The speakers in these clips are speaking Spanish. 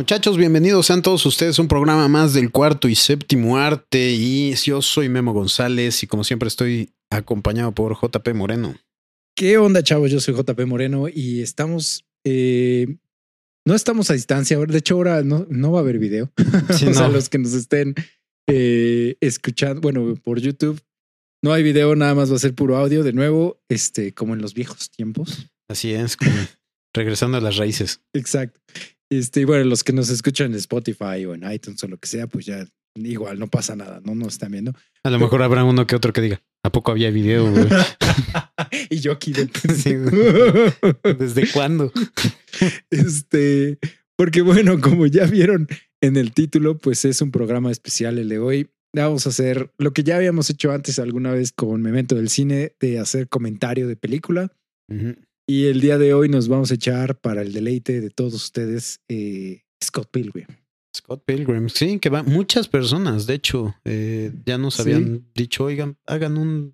muchachos? Bienvenidos sean todos ustedes a un programa más del Cuarto y Séptimo Arte. Y yo soy Memo González y como siempre estoy acompañado por JP Moreno. ¿Qué onda, chavos? Yo soy JP Moreno y estamos... no estamos a distancia. De hecho, ahora no va a haber video. Sí, o no. sea, los que nos estén escuchando, bueno, por YouTube, no hay video, nada más va a ser puro audio. De nuevo, como en los viejos tiempos. Así es, como regresando a las raíces. Exacto. Y bueno, los que nos escuchan en Spotify o en iTunes o lo que sea, pues ya igual no pasa nada, no nos están viendo. A lo mejor habrá uno que otro que diga, ¿a poco había video, güey? Y yo aquí de Sí, ¿desde cuándo? Porque bueno, como ya vieron en el título, pues es un programa especial el de hoy. Vamos a hacer lo que ya habíamos hecho antes alguna vez con Memento del Cine, de hacer comentario de película. Uh-huh. Y el día de hoy nos vamos a echar para el deleite de todos ustedes Scott Pilgrim. Scott Pilgrim, sí, que va muchas personas, de hecho, ya nos habían dicho, oigan, hagan un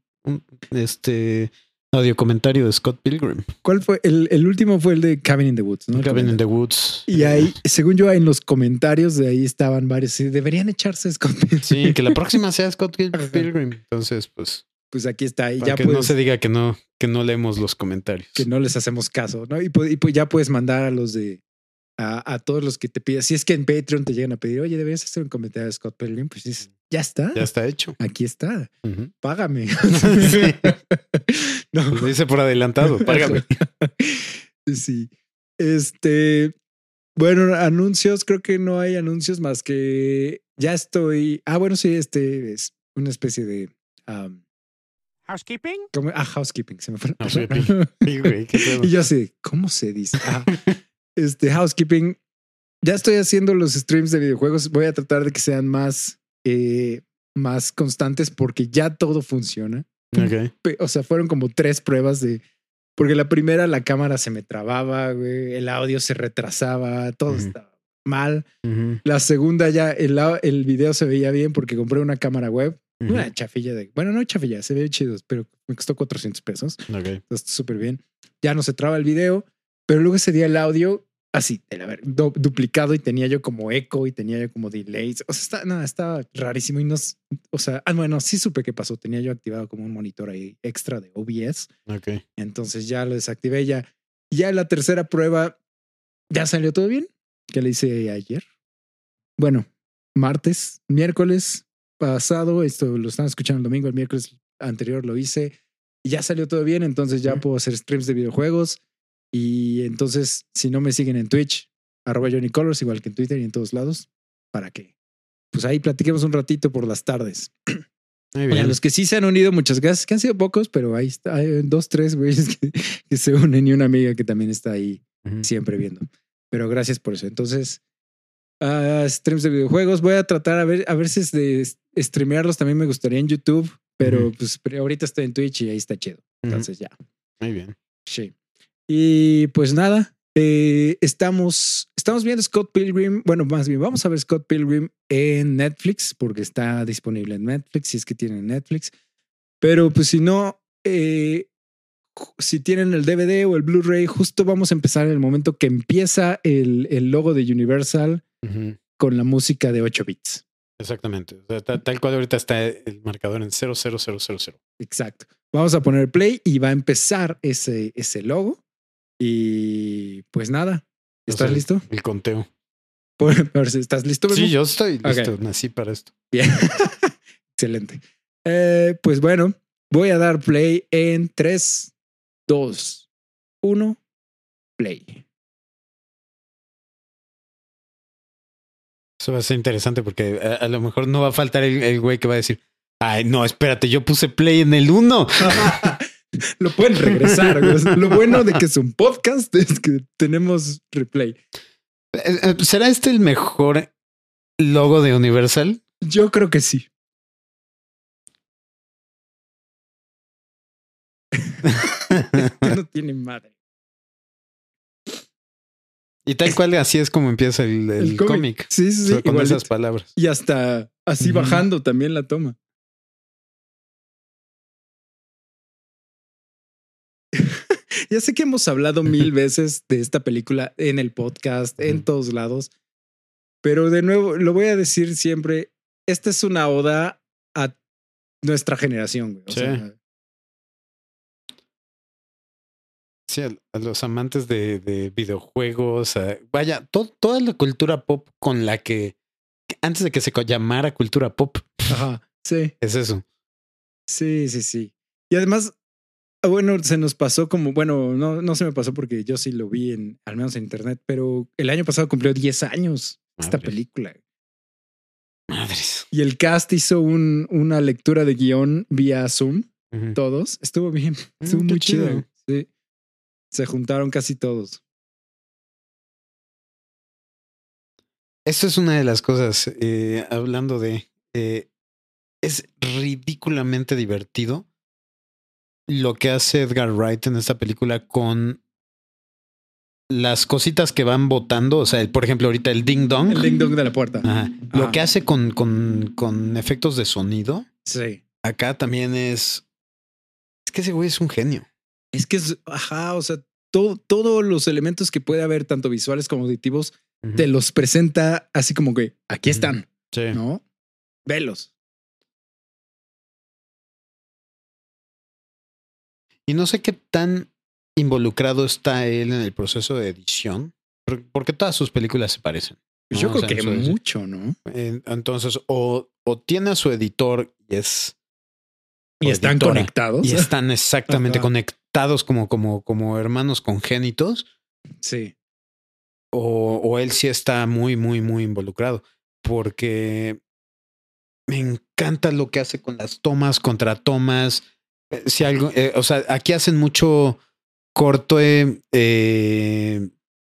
audio comentario de Scott Pilgrim. ¿Cuál fue? El último fue el de Cabin in the Woods, ¿no? Cabin in the Woods. Y ahí, según yo, en los comentarios de ahí estaban varios. Deberían echarse Scott Pilgrim. Sí, que la próxima sea Scott Pilgrim. Entonces, pues aquí está. Y para ya que no se diga que no leemos los comentarios. Que no les hacemos caso, ¿no? Y pues ya puedes mandar a los a todos los que te pidan. Si es que en Patreon te llegan a pedir, oye, deberías hacer un comentario de Scott Pilgrim, pues dices, ya está. Ya está hecho. Aquí está. Uh-huh. Págame. Sí. No. Lo dice por adelantado. Págame. Sí. Bueno, anuncios. Creo que no hay anuncios más que ya estoy. Bueno, sí, es una especie de ¿Housekeeping? Housekeeping. Se me fue. Sí, güey, y yo así, ¿cómo se dice? Housekeeping. Ya estoy haciendo los streams de videojuegos. Voy a tratar de que sean más constantes porque ya todo funciona. Okay. O sea, fueron como 3 pruebas porque la primera la cámara se me trababa, güey, el audio se retrasaba, todo estaba mal. Uh-huh. La segunda ya el video se veía bien porque compré una cámara web, una chafilla no chafilla, se ve chido, pero me costó $400. Okay. Entonces súper bien. Ya no se traba el video, pero luego ese día el audio así, duplicado y tenía yo como eco y tenía yo como delays. O sea, estaba rarísimo y bueno, sí supe qué pasó. Tenía yo activado como un monitor ahí extra de OBS. Okay. Entonces ya lo desactivé. Ya en la tercera prueba ya salió todo bien, que le hice ayer. Bueno, miércoles pasado, esto lo estaban escuchando el domingo, el miércoles anterior lo hice y ya salió todo bien. Entonces ya puedo hacer streams de videojuegos. Y entonces, si no me siguen en Twitch, @JohnnyColors, igual que en Twitter y en todos lados, para que pues ahí platiquemos un ratito por las tardes. Muy bien. A los que sí se han unido, muchas gracias, que han sido pocos, pero ahí está, hay 2, 3 güeyes que se unen y una amiga que también está ahí siempre viendo. Pero gracias por eso. Entonces, streams de videojuegos, voy a tratar a ver si de streamearlos también me gustaría en YouTube, pero pues ahorita estoy en Twitch y ahí está chido. Entonces ya. Muy bien. Sí. Y pues nada, estamos viendo Scott Pilgrim. Bueno, más bien vamos a ver Scott Pilgrim en Netflix porque está disponible en Netflix, si es que tienen Netflix. Pero pues si no, si tienen el DVD o el Blu-ray, justo vamos a empezar en el momento que empieza el logo de Universal con la música de 8 bits. Exactamente. O sea, tal cual ahorita está el marcador en 00000. Exacto. Vamos a poner play y va a empezar ese logo. Y pues nada, ¿estás listo? El conteo. ¿Estás listo? Sí, yo estoy listo. Okay. Nací para esto. Bien. Excelente. Pues bueno, voy a dar play en 3, 2, 1, play. Eso va a ser interesante porque a lo mejor no va a faltar el güey que va a decir, ay, no, espérate, yo puse play en el 1. Lo pueden regresar. Lo bueno de que es un podcast es que tenemos replay. ¿Será este el mejor logo de Universal? Yo creo que sí. No tiene madre. Y tal cual así es como empieza el cómic. Sí. O sea, con esas palabras. Y hasta así bajando también la toma. Ya sé que hemos hablado 1000 veces de esta película en el podcast, en todos lados, Pero de nuevo, lo voy a decir siempre, esta es una oda a nuestra generación, güey. O Sí. sea, Sí, a los amantes de videojuegos, vaya, toda la cultura pop con la que antes de que se llamara cultura pop, ajá, sí, es eso. sí, sí, sí. Y además, bueno, se nos pasó como, bueno, no se me pasó porque yo sí lo vi al menos en internet, pero el año pasado cumplió 10 años esta Madres. película. Madres. Y el cast hizo una lectura de guión vía Zoom, Ujú. todos. Estuvo bien, estuvo Qué muy chido. chido. Sí. Se juntaron casi todos. Esta es una de las cosas, hablando de, es ridículamente divertido lo que hace Edgar Wright en esta película con las cositas que van botando. O sea, por ejemplo, ahorita el ding dong. El ding dong de la puerta. Ajá. Lo que hace con efectos de sonido. Sí. Acá también es que ese güey es un genio. Es que es, ajá, o sea, todos los elementos que puede haber, tanto visuales como auditivos, te los presenta así como que aquí están, Sí. ¿no? Velos. Y no sé qué tan involucrado está él en el proceso de edición, porque todas sus películas se parecen. Pues ¿no? yo creo O sea, que mucho, ¿no? Entonces, o tiene a su editor y es. Y están editora, conectados. Y están exactamente Ajá. conectados como hermanos congénitos. Sí. O él sí está muy, muy, muy involucrado. Porque me encanta lo que hace con las tomas, contratomas. Si algo, o sea, aquí hacen mucho corto de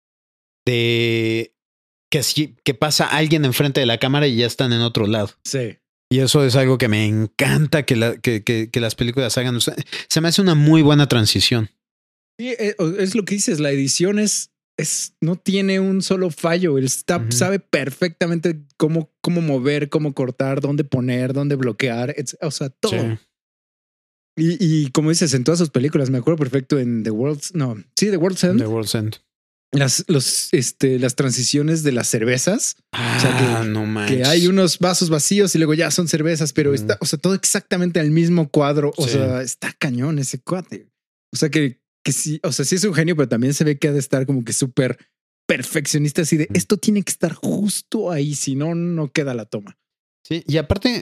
que pasa alguien enfrente de la cámara y ya están en otro lado. Sí. Y eso es algo que me encanta que las películas hagan. O sea, se me hace una muy buena transición. Sí, es lo que dices, la edición no tiene un solo fallo. Él sabe perfectamente cómo mover, cómo cortar, dónde poner, dónde bloquear. O sea, todo. Sí. Y como dices, en todas sus películas, me acuerdo perfecto en The World's End. The World's End. Las transiciones de las cervezas. O sea, no manches. que hay unos vasos vacíos y luego ya son cervezas, pero está, o sea, todo exactamente al mismo cuadro. O sea, está cañón ese cuate. O sea, que sí, o sea, sí es un genio, pero también se ve que ha de estar como que súper perfeccionista, así de esto tiene que estar justo ahí, si no, no queda la toma. Sí, y aparte,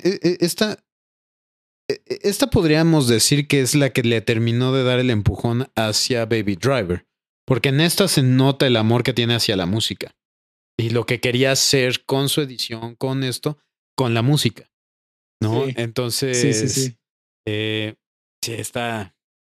esta podríamos decir que es la que le terminó de dar el empujón hacia Baby Driver, porque en esta se nota el amor que tiene hacia la música y lo que quería hacer con su edición, con esto, con la música, ¿no? Sí. Entonces, sí, está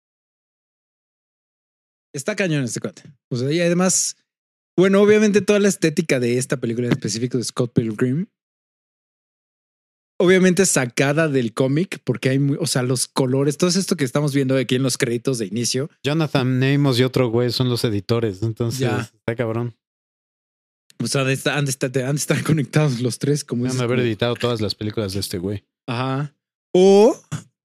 cañón este cuate. O sea, y además, bueno, obviamente toda la estética de esta película en específico de Scott Pilgrim, obviamente sacada del cómic, porque hay, o sea, los colores, todo esto que estamos viendo aquí en los créditos de inicio. Jonathan Nemos y otro güey son los editores, entonces está cabrón. O sea, han de estar conectados los tres, como Van a haber editado todas las películas de este güey. Ajá. O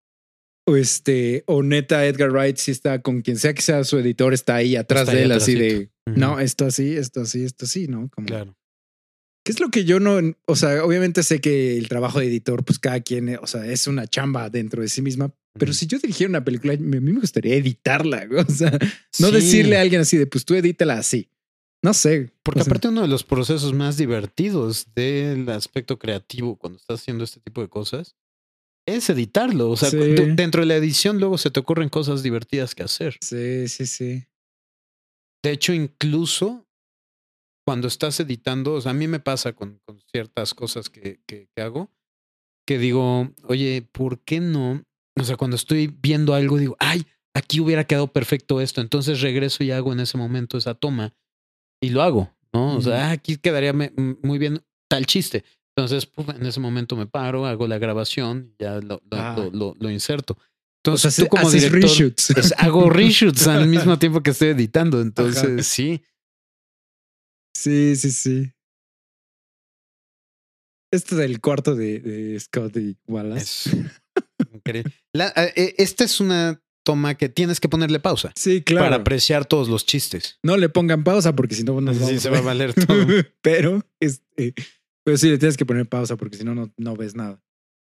neta Edgar Wright sí está con quien sea que sea su editor, está ahí atrás de él, así de no, esto así, esto así, esto así, ¿no? Como, claro. ¿qué es lo que yo no? O sea, obviamente sé que el trabajo de editor, pues cada quien, o sea, es una chamba dentro de sí misma. Pero si yo dirigiera una película, a mí me gustaría editarla. O sea, no decirle a alguien así de pues tú edítala así. No sé. Porque aparte uno de los procesos más divertidos del aspecto creativo cuando estás haciendo este tipo de cosas es editarlo. O sea, dentro de la edición luego se te ocurren cosas divertidas que hacer. Sí, sí, sí. De hecho, incluso cuando estás editando, o sea, a mí me pasa con ciertas cosas que hago, que digo, oye, ¿por qué no? O sea, cuando estoy viendo algo, digo, ay, aquí hubiera quedado perfecto esto. Entonces regreso y hago en ese momento esa toma y lo hago, ¿no? O sea, aquí quedaría muy bien tal chiste. Entonces, en ese momento me paro, hago la grabación y ya lo inserto. Entonces, o sea, tú como director, reshoots. hago reshoots al mismo tiempo que estoy editando. Entonces, sí. Sí, sí, sí. Este es el cuarto de Scott y Wallace. Es increíble. Esta es una toma que tienes que ponerle pausa Sí, claro. para apreciar todos los chistes. No le pongan pausa porque si no nos vamos Sí, se va a valer todo. pero sí le tienes que poner pausa porque si no, no ves nada.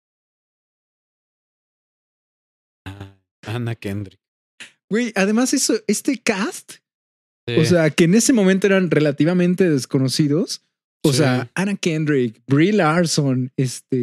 Anna Kendrick. Güey, además este cast, Sí. o sea, que en ese momento eran relativamente desconocidos. O Sí. sea, Anna Kendrick, Brie Larson,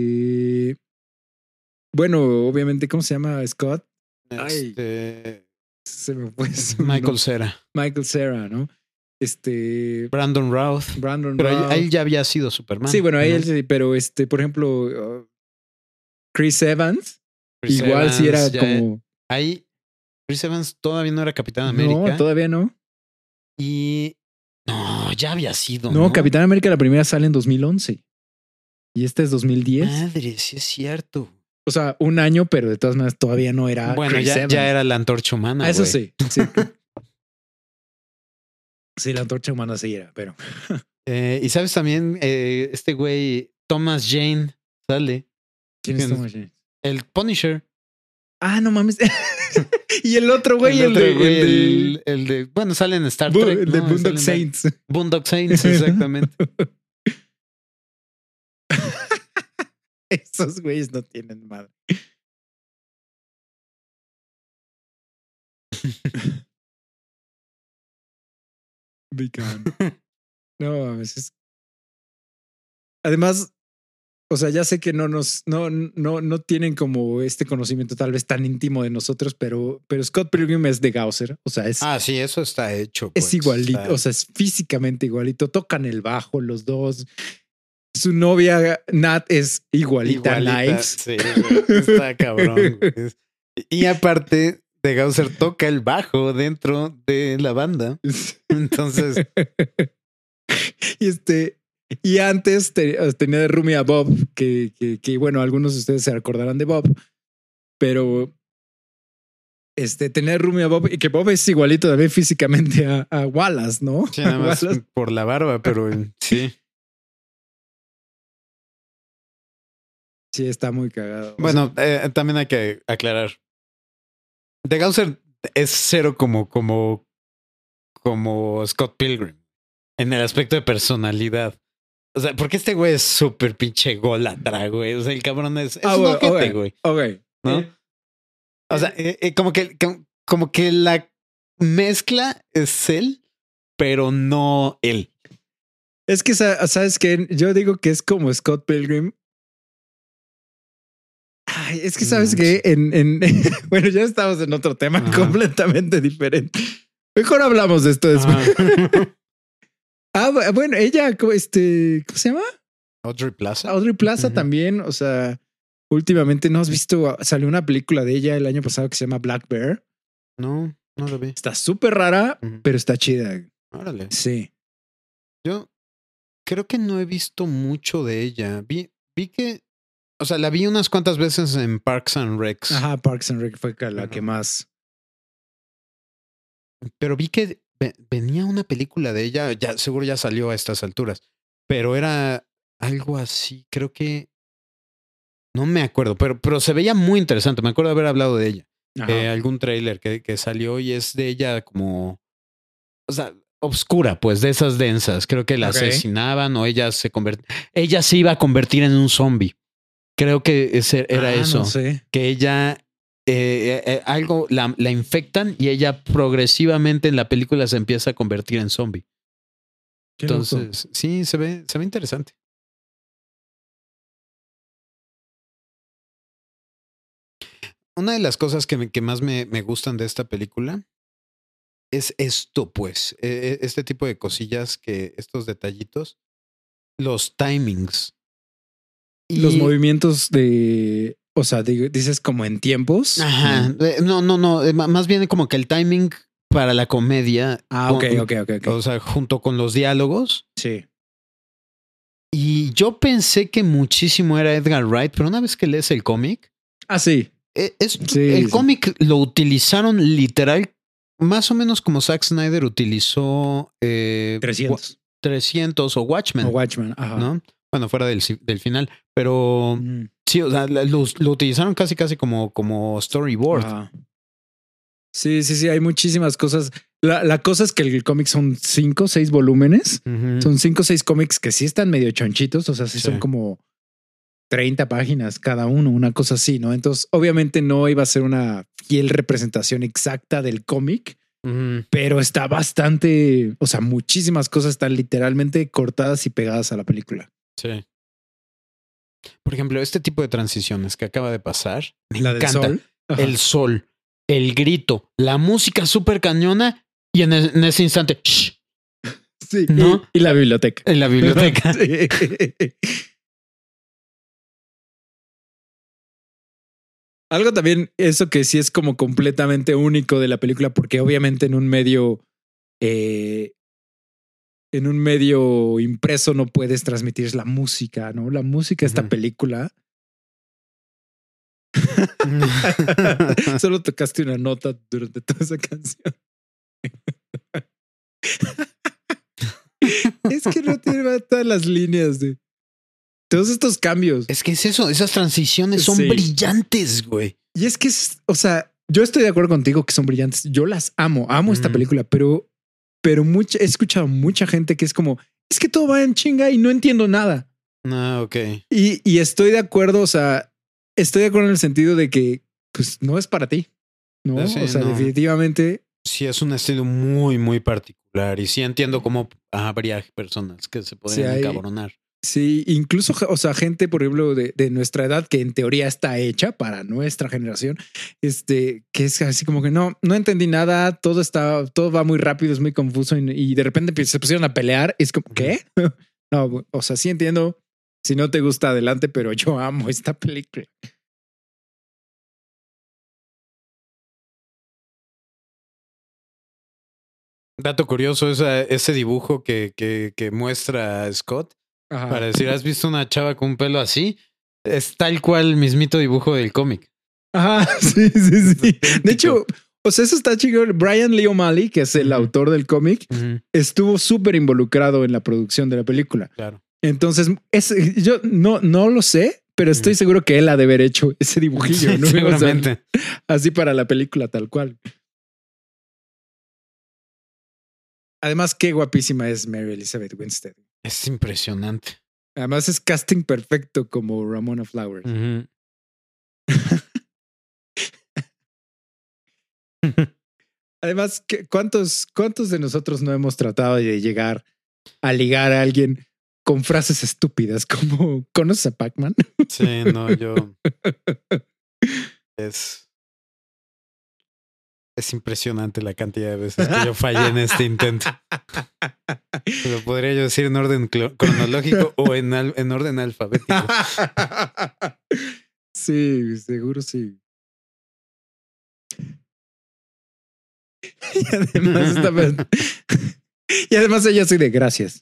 bueno, obviamente, ¿cómo se llama? Scott. Ay, se me fue su Michael nombre. Cera. Michael Cera, ¿no? Brandon Routh. Brandon Pero Routh. él ya había sido Superman. Sí, bueno, ¿no? él sí, pero por ejemplo, Chris Evans, Chris igual sí era Evans, ya- como. Ahí, Chris Evans todavía no era Capitán América. No, todavía no. Y. No, ya había sido. No, Capitán América la primera sale en 2011. Y esta es 2010. Madre, sí es cierto. O sea, un año, pero de todas maneras todavía no era. Bueno, Chris Evans. ya era la antorcha humana. Ah, eso güey. sí. Sí. Sí, la antorcha humana sí era, pero. Y sabes también, este güey, Thomas Jane, sale. ¿Quién es Thomas Jane? El Punisher. Ah, no mames. Y el otro güey, el de. Bueno, sale en Star Trek. el de ¿no? Boondock Sale en Saints. Boondock Saints, exactamente. Esos güeyes no tienen madre. Beacon. No mames. Además, o sea, ya sé que no tienen como este conocimiento tal vez tan íntimo de nosotros, pero Scott Pilgrim es de Gausser. O sea, es Sí, eso está hecho. es pues, igualito. está- O sea, es físicamente igualito. Tocan el bajo los dos. Su novia Nat es igualita a Knives. Sí, güey, está cabrón. Güey. Y aparte, de Gausser toca el bajo dentro de la banda. Entonces, Y antes tenía de roomie a Bob, que bueno, algunos de ustedes se acordarán de Bob, pero tenía de roomie a Bob y que Bob es igualito también físicamente a Wallace, ¿no? sí, nada más Wallace. por la barba, pero sí. Sí, está muy cagado. O Bueno, también hay que aclarar. De Gausser es cero como Scott Pilgrim en el aspecto de personalidad. O sea, porque este güey es súper pinche golatra, güey. O sea, el cabrón es un bueno, ojete, güey. ok. ¿No? O sea, como que la mezcla es él, pero no él. Es que, ¿sabes qué? Yo digo que es como Scott Pilgrim. Ay, es que, ¿sabes qué? Bueno, ya estamos en otro tema completamente diferente. Mejor hablamos de esto después. Bueno, ella, ¿cómo se llama? Audrey Plaza. Audrey Plaza también. O sea, últimamente no has visto, salió una película de ella el año pasado que se llama Black Bear. No lo vi. Está súper rara, pero está chida. Órale. Sí. Yo creo que no he visto mucho de ella. Vi que, o sea, la vi unas cuantas veces en Parks and Recs. Ajá, Parks and Rec fue la que más. Pero vi que venía una película de ella, ya seguro ya salió a estas alturas, pero era algo así, creo que no me acuerdo, pero se veía muy interesante. Me acuerdo de haber hablado de ella. Algún tráiler que salió y es de ella como, o sea, obscura, pues, de esas densas. Creo que la asesinaban o ella se iba a convertir en un zombie. Creo que era eso. No sé. Que ella algo la infectan y ella progresivamente en la película se empieza a convertir en zombie. Entonces, loco. Sí, se ve interesante. Una de las cosas que más me gustan de esta película es esto, pues, este tipo de cosillas, estos detallitos, los timings. Y los movimientos o sea, dices como en tiempos. Ajá. No. Más bien como que el timing para la comedia. Ok. O sea, junto con los diálogos. Sí. Y yo pensé que muchísimo era Edgar Wright, pero una vez que lees el cómic. Sí. El cómic lo utilizaron literal, más o menos como Zack Snyder utilizó 300 o Watchmen. Ajá. ¿No? Bueno, fuera del final, pero sí, o sea, lo utilizaron casi como storyboard. Sí, sí, sí, hay muchísimas cosas. La cosa es que el cómic son 5 o 6 volúmenes. Son 5 o 6 cómics que sí están medio chonchitos, o sea, sí son como 30 páginas cada uno, una cosa así, ¿no? Entonces, obviamente no iba a ser una fiel representación exacta del cómic, pero está bastante, o sea, muchísimas cosas están literalmente cortadas y pegadas a la película. Sí. Por ejemplo, este tipo de transiciones que acaba de pasar, me La encanta. del sol. Ajá. El sol, el grito, la música súper cañona y en ese instante, ¡shh! Sí, ¿no? Y la biblioteca. En la biblioteca. Sí. Algo también, eso que sí es como completamente único de la película, porque obviamente en un medio impreso no puedes transmitir la música, ¿no? La música de esta película. Solo tocaste una nota durante toda esa canción. Es que no tiene todas las líneas de todos estos cambios. Es que es eso, esas transiciones son brillantes, güey. Y es que, o sea, yo estoy de acuerdo contigo que son brillantes. Yo las amo esta película, pero he escuchado mucha gente que es como, es que todo va en chinga y no entiendo nada. Ah, ok. Y estoy de acuerdo, o sea, estoy de acuerdo en el sentido de que, pues, no es para ti, ¿no? Sí, o sea, no. definitivamente. Sí, es un estilo muy, muy particular y sí entiendo cómo habría personas que se podrían encabronar. Sí, incluso, o sea, gente, por ejemplo, de nuestra edad, que en teoría está hecha para nuestra generación, que es así como que no entendí nada, todo va muy rápido, es muy confuso y de repente se pusieron a pelear. Es como, ¿qué? No, o sea, sí entiendo. Si no te gusta, adelante, pero yo amo esta película. Dato curioso, ese dibujo que muestra a Scott. Ajá. Para decir, ¿has visto una chava con un pelo así? Es tal cual el mismito dibujo del cómic. Ajá, sí. De hecho, o sea, eso está chido. Brian Lee O'Malley, que es el autor del cómic, estuvo súper involucrado en la producción de la película. Claro. Entonces, yo no lo sé, pero estoy seguro que él ha de haber hecho ese dibujillo, sí, ¿no? Seguramente. O sea, así para la película, tal cual. Además, qué guapísima es Mary Elizabeth Winstead. Es impresionante. Además, es casting perfecto como Ramona Flowers. Además, ¿cuántos de nosotros no hemos tratado de llegar a ligar a alguien con frases estúpidas como ¿conoces a Pac-Man? Sí, no, yo. Es impresionante la cantidad de veces que yo fallé en este intento. Lo podría yo decir en orden cronológico o en orden alfabético. Sí, seguro sí. Y además ella soy de gracias.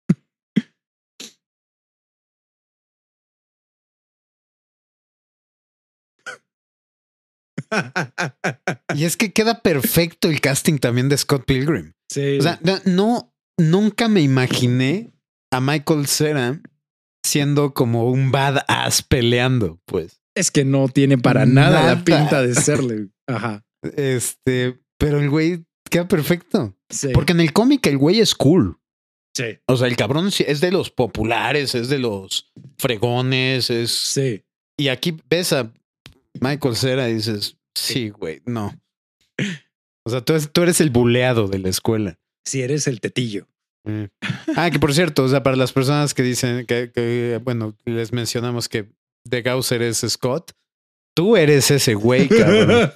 Y es que queda perfecto el casting también de Scott Pilgrim. Sí. O sea, nunca me imaginé a Michael Cera siendo como un badass peleando, pues. Es que no tiene para nada la pinta de serle. Ajá. Pero el güey queda perfecto. Sí. Porque en el cómic el güey es cool. Sí. O sea, el cabrón es de los populares, es de los fregones, Sí. Y aquí ves a Michael Cera y dices, sí, güey, no. O sea, tú eres el buleado de la escuela. Sí, eres el tetillo. Que por cierto, o sea, para las personas que dicen que bueno, les mencionamos que The Gausser es Scott, tú eres ese güey, cabrón.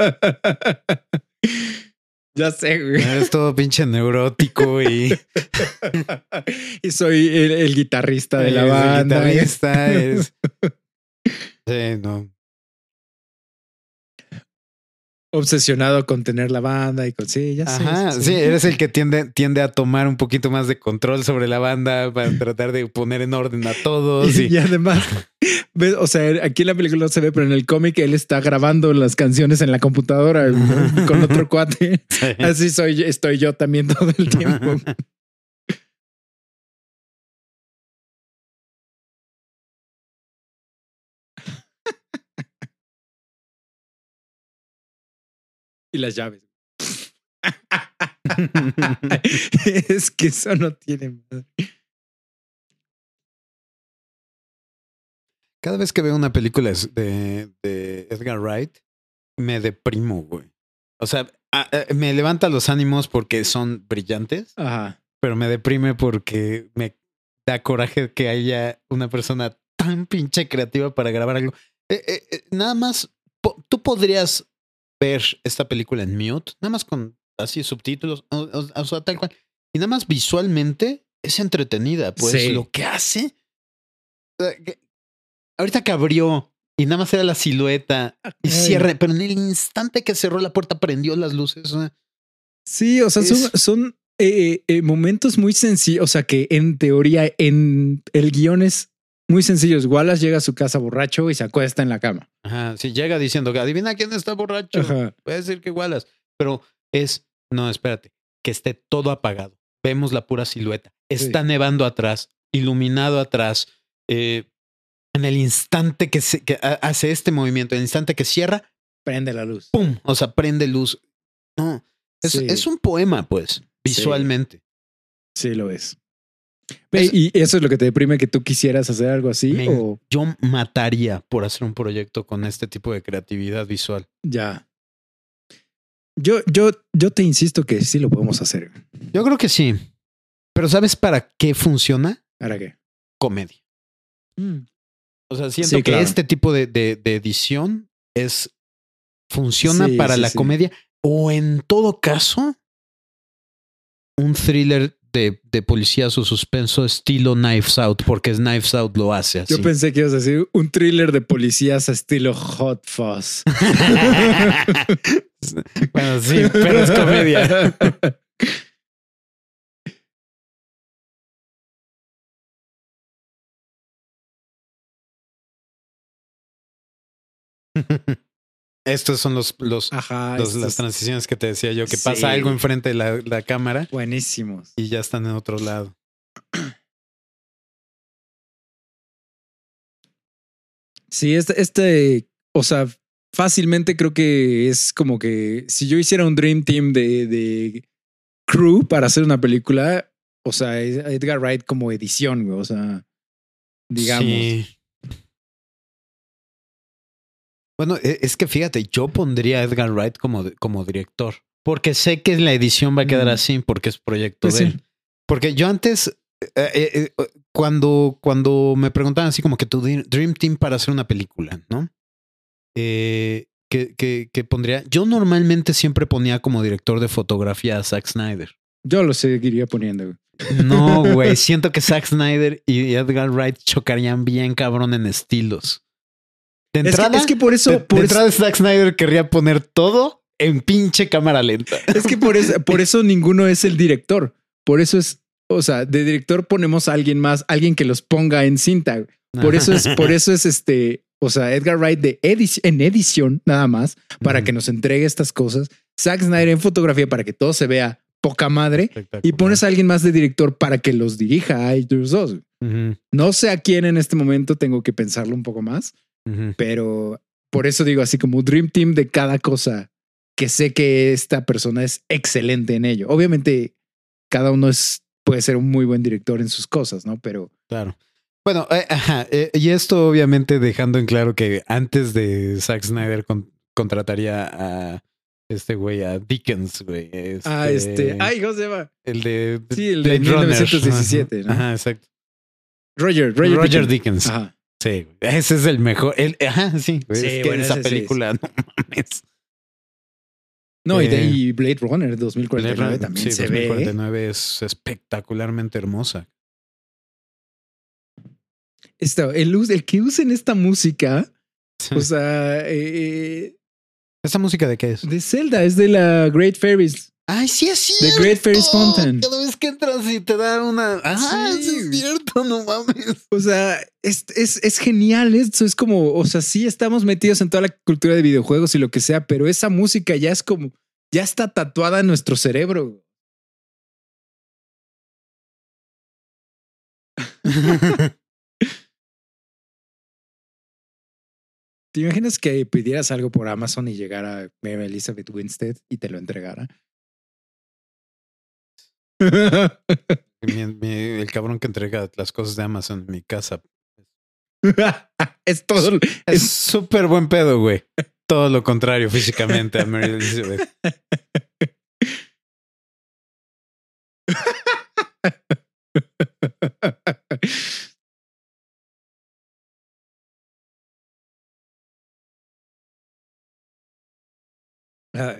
Ya sé, güey. Eres todo pinche neurótico y soy el guitarrista de la banda. El guitarrista es. Sí, no. Obsesionado con tener la banda y con ya sé. Ajá, sí, eres el que tiende a tomar un poquito más de control sobre la banda para tratar de poner en orden a todos. Y además, o sea, aquí en la película no se ve, pero en el cómic él está grabando las canciones en la computadora con otro cuate. Sí. Así estoy yo también todo el tiempo. Y las llaves. Es que eso no tiene madre. Cada vez que veo una película de Edgar Wright, me deprimo, güey. O sea, me levanta los ánimos porque son brillantes, Ajá. pero me deprime porque me da coraje que haya una persona tan pinche creativa para grabar algo. Nada más, tú podrías ver esta película en mute, nada más con así subtítulos, o sea, tal cual. Y nada más visualmente es entretenida, pues Sí. lo que hace. Ahorita que abrió y nada más era la silueta y cierre, pero en el instante que cerró la puerta prendió las luces. Sí, o sea, son momentos muy sencillos. O sea, que en teoría en el guión es muy sencillo. Wallace llega a su casa borracho y se acuesta en la cama. Ajá, si llega diciendo que adivina quién está borracho, Ajá. puede decir que Wallace, pero no, espérate, que esté todo apagado. Vemos la pura silueta. Está nevando atrás, iluminado atrás. En el instante que hace este movimiento, en el instante que cierra, prende la luz. ¡Pum! O sea, prende luz. No, es un poema, pues, visualmente. Sí, lo es. ¿Y eso es lo que te deprime, que tú quisieras hacer algo así? Yo mataría por hacer un proyecto con este tipo de creatividad visual. Ya. Yo te insisto que sí lo podemos hacer. Yo creo que sí. Pero ¿sabes para qué funciona? ¿Para qué? Comedia. O sea, siento que este tipo de edición funciona para la comedia o en todo caso un thriller de policías o suspenso estilo Knives Out, porque Knives Out lo hace así. Yo pensé que ibas a decir un thriller de policías estilo Hot Fuzz. Bueno, sí, pero es comedia. Estos son las transiciones que te decía yo, que pasa algo enfrente de la cámara. Buenísimos. Y ya están en otro lado. Sí, o sea, fácilmente creo que es como que si yo hiciera un Dream Team de crew para hacer una película, o sea, Edgar Wright como edición, güey, o sea, digamos. Sí. Bueno, es que fíjate, yo pondría a Edgar Wright como director, porque sé que la edición va a quedar así, porque es proyecto de él. Porque yo antes, cuando me preguntaban así como que tu Dream Team para hacer una película, ¿no? Que pondría, yo normalmente siempre ponía como director de fotografía a Zack Snyder. Yo lo seguiría poniendo, güey. No, güey, siento que Zack Snyder y Edgar Wright chocarían bien cabrón en estilos. De entrada, es que por eso... de entrada Zack Snyder querría poner todo en pinche cámara lenta. Es que por eso ninguno es el director. Por eso es, o sea, de director ponemos a alguien más, alguien que los ponga en cinta. Por eso es o sea, Edgar Wright en edición nada más para que nos entregue estas cosas. Zack Snyder en fotografía para que todo se vea poca madre y pones a alguien más de director para que los dirija a ellos dos. No sé a quién en este momento, tengo que pensarlo un poco más. Pero por eso digo así como Dream Team de cada cosa que sé que esta persona es excelente en ello. Obviamente cada uno puede ser un muy buen director en sus cosas, ¿no? Pero claro. Bueno, y esto obviamente dejando en claro que antes de Zack Snyder contrataría a este güey, a Dickens, güey. Ay, ¿cómo se llama? El de Blade 1917. ¿no? Ajá, exacto. Roger Dickens. Ajá. Sí, ese es el mejor. Ajá, sí. Sí, es que esa película, no mames. No, y Blade Runner 2049 Blade también se 2049 ve. Es espectacularmente hermosa. El que usen esta música, o sea... ¿Esta música de qué es? De Zelda, es de la Great Fairies. Ay, sí es cierto. The Great Fairies Fountain. Cada vez que entras y te da una... sí es cierto, no mames. O sea, es genial. Esto es como, o sea, sí estamos metidos en toda la cultura de videojuegos y lo que sea, pero esa música ya es como, ya está tatuada en nuestro cerebro. ¿Te imaginas que pidieras algo por Amazon y llegara Mary Elizabeth Winstead y te lo entregara? El cabrón que entrega las cosas de Amazon en mi casa. Es todo. Es súper buen pedo, güey. Todo lo contrario físicamente a Mary Elizabeth. Ay.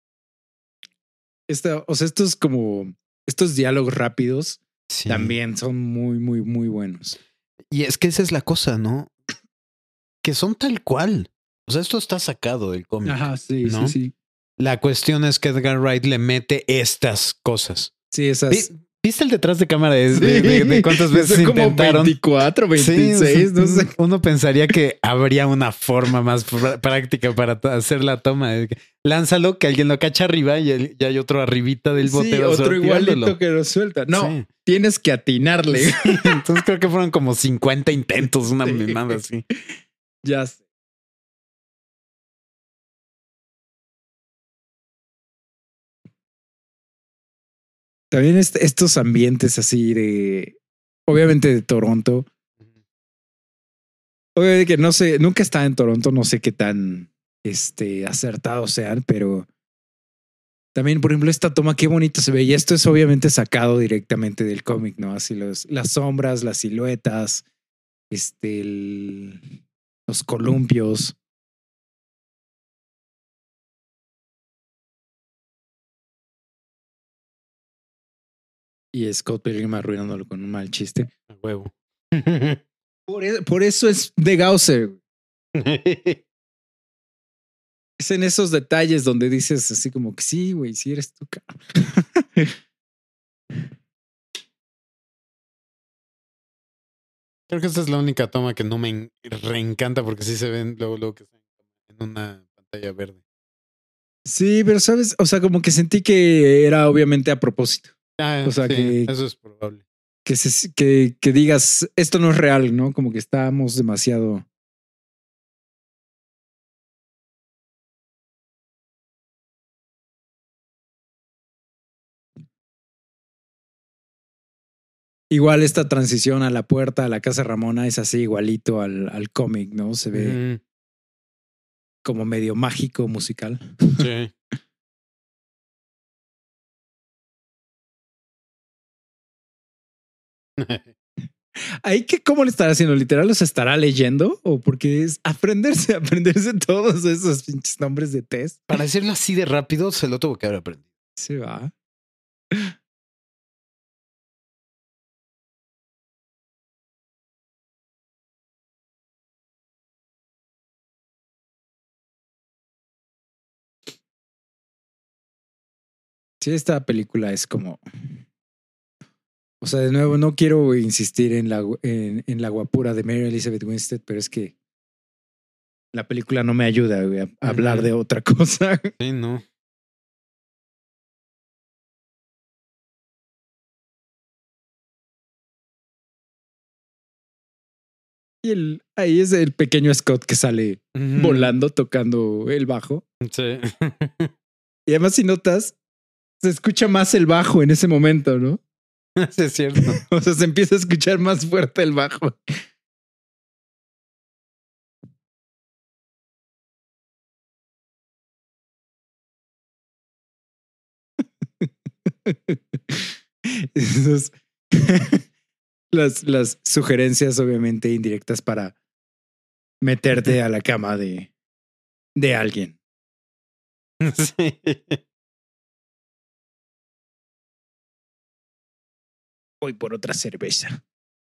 O sea, estos diálogos rápidos Sí. también son muy, muy, muy buenos. Y es que esa es la cosa, ¿no? Que son tal cual. O sea, esto está sacado del cómic. Ajá, sí, ¿no? sí, sí. La cuestión es que Edgar Wright le mete estas cosas. Sí, esas. ¿Viste el detrás de cámara de cuántas veces como intentaron? 24, 26, sí, no sé. Uno pensaría que habría una forma más práctica para hacer la toma. Lánzalo, que alguien lo cacha arriba y ya hay otro arribita del bote. Sí, otro igualito que lo suelta. No, sí. Tienes que atinarle. Sí, entonces creo que fueron como 50 intentos, una mimada así. Ya sé. También estos ambientes así obviamente de Toronto. Obviamente que no sé, nunca he estado en Toronto, no sé qué tan acertados sean, pero también, por ejemplo, esta toma, qué bonito se ve. Y esto es obviamente sacado directamente del cómic, ¿no? Así las sombras, las siluetas, los columpios. Y Scott Pilgrim arruinándolo con un mal chiste. A huevo. Por eso es de Gausser. Es en esos detalles donde dices así como que sí, güey, sí eres tú, cabrón. Creo que esta es la única toma que no me reencanta porque sí se ven luego que están en una pantalla verde. Sí, pero sabes, o sea, como que sentí que era obviamente a propósito. Ah, o sea, sí, eso es probable. Que digas, esto no es real, ¿no? Como que estábamos demasiado. Igual esta transición a la puerta, a la casa Ramona, es así igualito al cómic, ¿no? Se ve como medio mágico musical. Sí. Ahí que cómo le estará haciendo, literal los estará leyendo o porque es aprenderse todos esos pinches nombres de test. Para decirlo así de rápido, se lo tuvo que haber aprendido. Se va. Sí, esta película es como. O sea, de nuevo, no quiero insistir en la guapura de Mary Elizabeth Winstead, pero es que la película no me ayuda, güey, a hablar de otra cosa. Sí, no. Y ahí es el pequeño Scott que sale volando, tocando el bajo. Sí. Y además, si notas, se escucha más el bajo en ese momento, ¿no? Sí, es cierto. O sea, se empieza a escuchar más fuerte el bajo. Esos, las sugerencias, obviamente, indirectas para meterte a la cama de alguien. Sí. Voy por otra cerveza.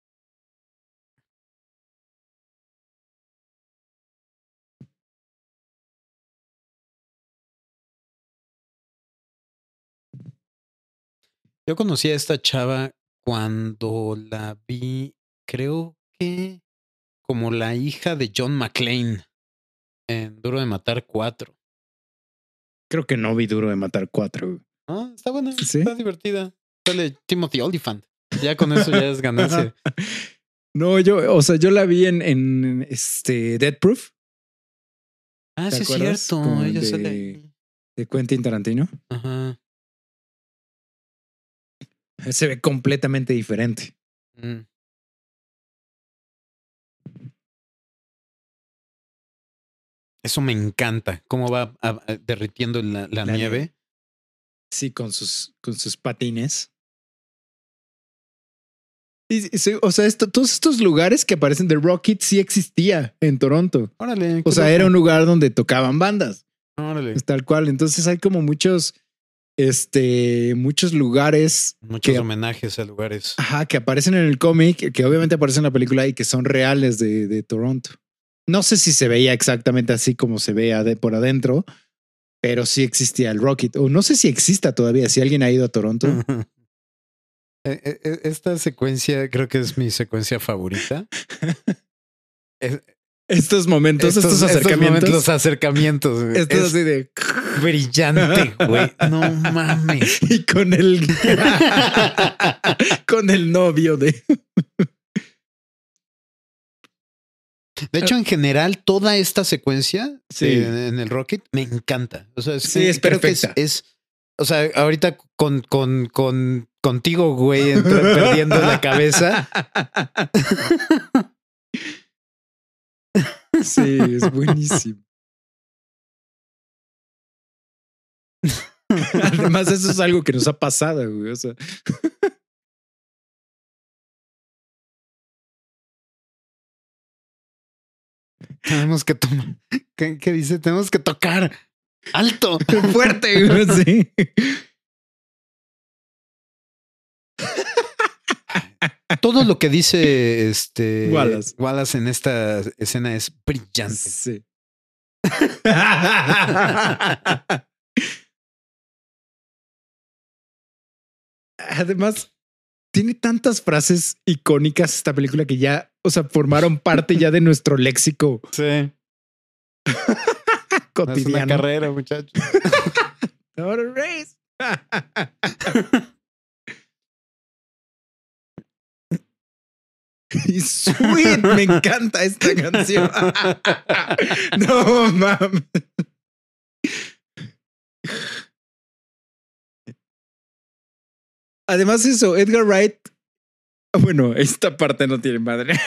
Yo conocí a esta chava cuando la vi, creo que como la hija de John McClane en Duro de Matar 4. Creo que no vi Duro de Matar 4. Ah, está buena, ¿Sí? está divertida. Sale Timothy Olyphant. Ya con eso ya es ganancia. No, yo la vi en Death Proof. Ah, sí, es cierto. Ella sale ahí. De Quentin Tarantino. Ajá. Se ve completamente diferente. Mm. Eso me encanta. Cómo va derritiendo la nieve. Sí, con sus patines. Y, o sea, todos estos lugares que aparecen de Rocket sí existía en Toronto. Órale. O sea, loco. era un lugar donde tocaban bandas. Órale. Es tal cual. Entonces hay como muchos lugares. Muchos homenajes a lugares. Ajá, que aparecen en el cómic, que obviamente aparecen en la película y que son reales de Toronto. No sé si se veía exactamente así como se ve por adentro, pero sí existía el Rocket. O no sé si exista todavía, si alguien ha ido a Toronto. Esta secuencia creo que es mi secuencia favorita. Estos momentos, estos acercamientos. Los acercamientos. Esto es así de brillante, güey. No mames. Y con el con el novio de. De hecho, en general, toda esta secuencia en el Rocket me encanta. O sea, es creo perfecta. que o sea, ahorita contigo, güey, perdiendo la cabeza. Sí, es buenísimo. Además, eso es algo que nos ha pasado, güey. O sea. Tenemos que tomar. ¿Qué dice? Tenemos que tocar alto, fuerte, güey. Sí. Todo lo que dice Wallace en esta escena es brillante. Sí. Además, tiene tantas frases icónicas esta película que ya, o sea, formaron parte ya de nuestro léxico. Sí. Cotidiano. Es una carrera, muchachos. Not a race. Y Sweet, me encanta esta canción. No mames. Además, eso, Edgar Wright. Bueno, esta parte no tiene madre.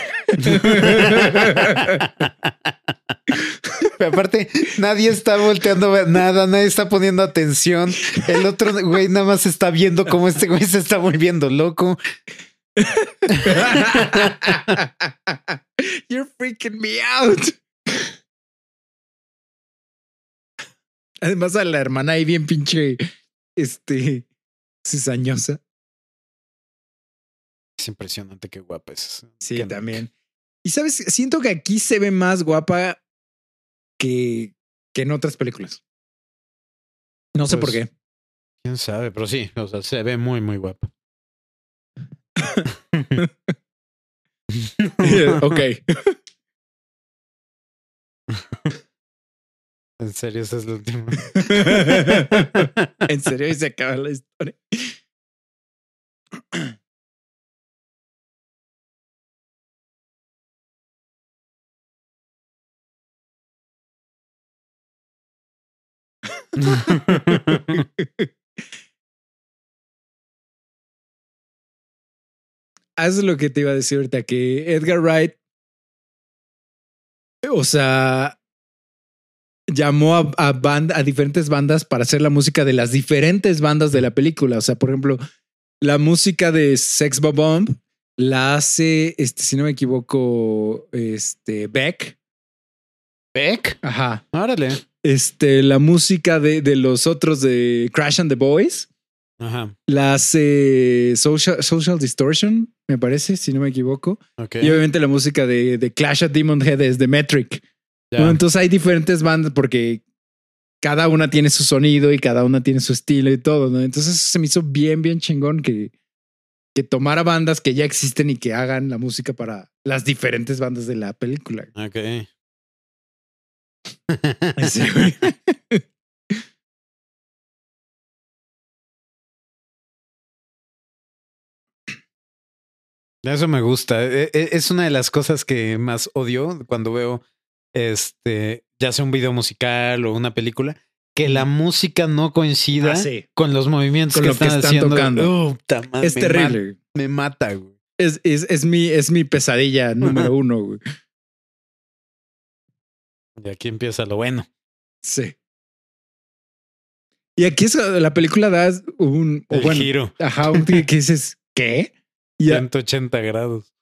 Pero aparte, nadie está volteando a ver nada, nadie está poniendo atención. El otro güey nada más está viendo cómo este güey se está volviendo loco. You're freaking me out. Además, a la hermana ahí bien pinche, cizañosa. Es impresionante qué guapa es. Sí, también. Y sabes, siento que aquí se ve más guapa que en otras películas. No sé por qué. Quién sabe, pero sí, o sea, se ve muy, muy guapa. Ok. En serio, esa es la última. En serio, y se acaba la historia. Haz lo que te iba a decir ahorita, que Edgar Wright, o sea, llamó a diferentes bandas para hacer la música de las diferentes bandas de la película. O sea, por ejemplo, la música de Sex Bomb la hace, si no me equivoco, Beck. ¿Beck? Ajá. Órale. La música de los otros de Crash and the Boys. Ajá. La hace Social Distortion, me parece, si no me equivoco. Okay. Y obviamente la música de Clash at Demon Head es de Metric. ¿No? Entonces hay diferentes bandas porque cada una tiene su sonido y cada una tiene su estilo y todo, ¿no? Entonces eso se me hizo bien, bien chingón que tomara bandas que ya existen y que hagan la música para las diferentes bandas de la película. Ok. Sí, güey. Eso me gusta. Es una de las cosas que más odio cuando veo ya sea un video musical o una película que la música no coincida sí. con los movimientos Con que lo que están están haciendo. tocando. Madre, Es terrible. Me mata, güey. Es mi pesadilla número uno, güey. Y aquí empieza lo bueno. Sí. Y aquí es la película da un giro. Ajá, un que dices, ¿qué? Y 180 grados.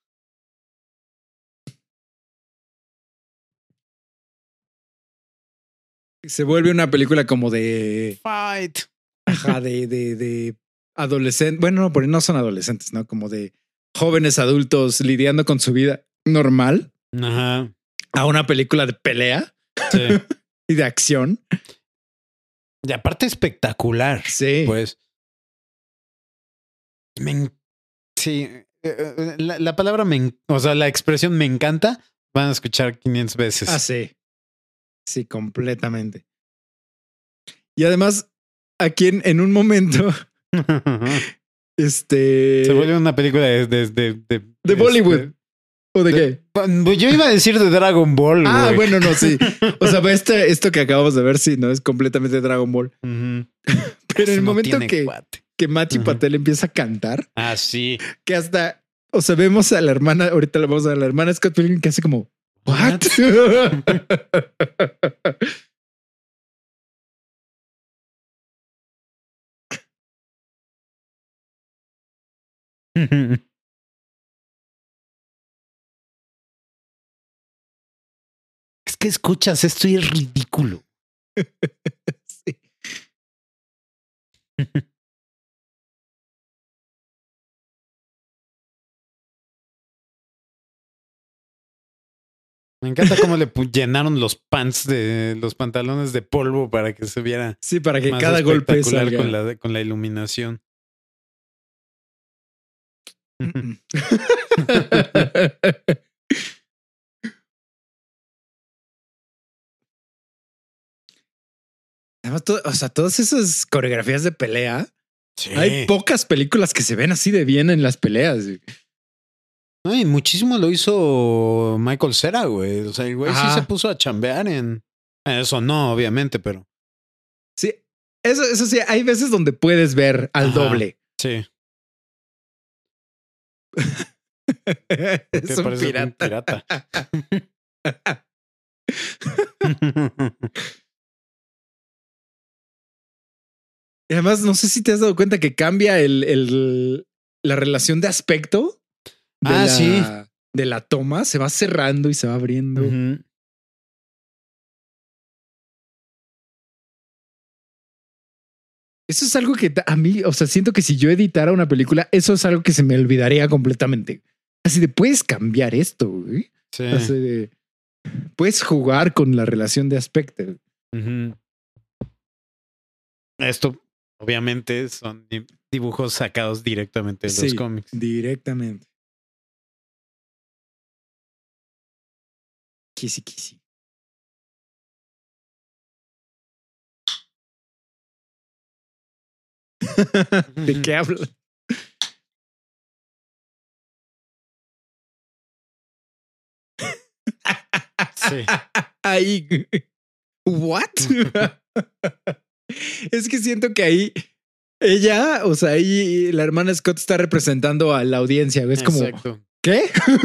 Se vuelve una película como de Fight. Ajá, de adolescentes. Bueno, no, porque no son adolescentes, ¿no? Como de jóvenes adultos lidiando con su vida normal. Ajá. A una película de pelea. Sí. Y de acción. Y aparte espectacular. Sí. Pues. Sí. La palabra o sea, la expresión me encanta, van a escuchar 500 veces. Ah, sí. Sí, completamente. Y además, aquí en un momento, se vuelve una película de Bollywood. ¿O de qué? Yo iba a decir de Dragon Ball. Ah, güey. bueno, no, sí. O sea, esto que acabamos de ver, sí, no es completamente Dragon Ball. Pero en el momento que Matthew Patel empieza a cantar. Ah, sí. Que hasta, o sea, vemos a la hermana, ahorita la vamos a ver, la hermana Scott Pilgrim que hace como, ¿what? Es que escuchas esto y es ridículo. Sí. Me encanta cómo le llenaron los pantalones de polvo para que se viera. Sí, para que más cada golpe espectacular salga. con la iluminación. Además, o sea, todas esas coreografías de pelea. Sí. Hay pocas películas que se ven así de bien en las peleas. No, y muchísimo lo hizo Michael Cera, güey. O sea, el güey sí se puso a chambear en eso, no, obviamente, pero. Sí, eso sí, hay veces donde puedes ver al doble. Sí. Es un pirata. Y además, no sé si te has dado cuenta que cambia la relación de aspecto de la toma. Se va cerrando y se va abriendo. Eso es algo que a mí, o sea, siento que si yo editara una película, eso es algo que se me olvidaría completamente. Así de, puedes cambiar esto, güey. Sí. Así de, puedes jugar con la relación de aspecto. Esto, obviamente, son dibujos sacados directamente de los cómics. Directamente. Kissy. ¿De qué habla? Sí. Ahí. ¿What? Es que siento que ahí ella, o sea, ahí la hermana Scott está representando a la audiencia. Es como, ¿qué?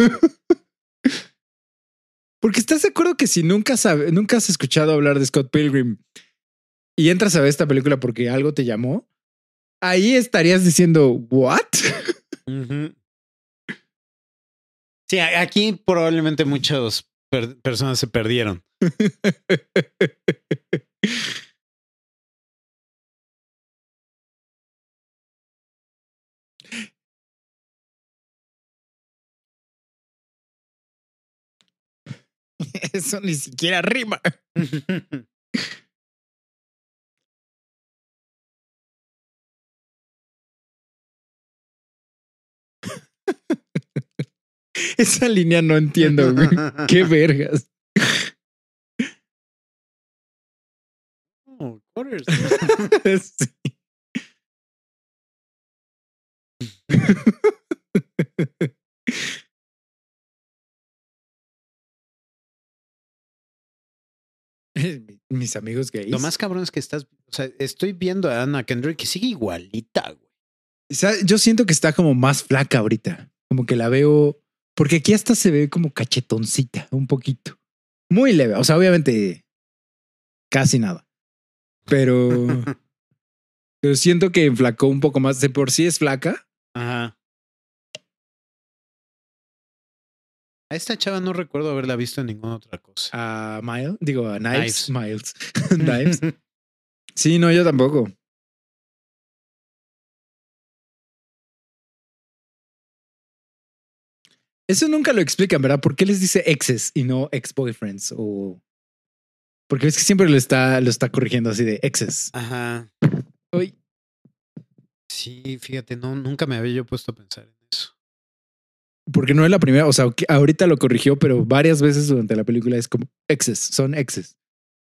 Porque estás de acuerdo que si nunca has escuchado hablar de Scott Pilgrim y entras a ver esta película porque algo te llamó, ahí estarías diciendo, ¿what? Sí, aquí probablemente muchas personas se perdieron. Eso ni siquiera rima. Esa línea no entiendo, güey. Qué vergas. Oh, quarters. Sí. Mis amigos gays. Lo más cabrón es que estoy viendo a Anna Kendrick que sigue igualita, güey. O sea, yo siento que está como más flaca ahorita. Como que la veo. Porque aquí hasta se ve como cachetoncita, un poquito. Muy leve. O sea, obviamente casi nada. Pero siento que enflacó un poco más. De por sí es flaca. Ajá. A esta chava no recuerdo haberla visto en ninguna otra cosa. A Miles. Digo, a Knives. Miles. Knives. Sí, no, yo tampoco. Eso nunca lo explican, ¿verdad? ¿Por qué les dice exes y no ex-boyfriends? O porque es que siempre lo está corrigiendo así de exes. Ajá. Uy. Sí, fíjate, nunca me había yo puesto a pensar en eso. Porque no es la primera, o sea, ahorita lo corrigió, pero varias veces durante la película es como exes, son exes.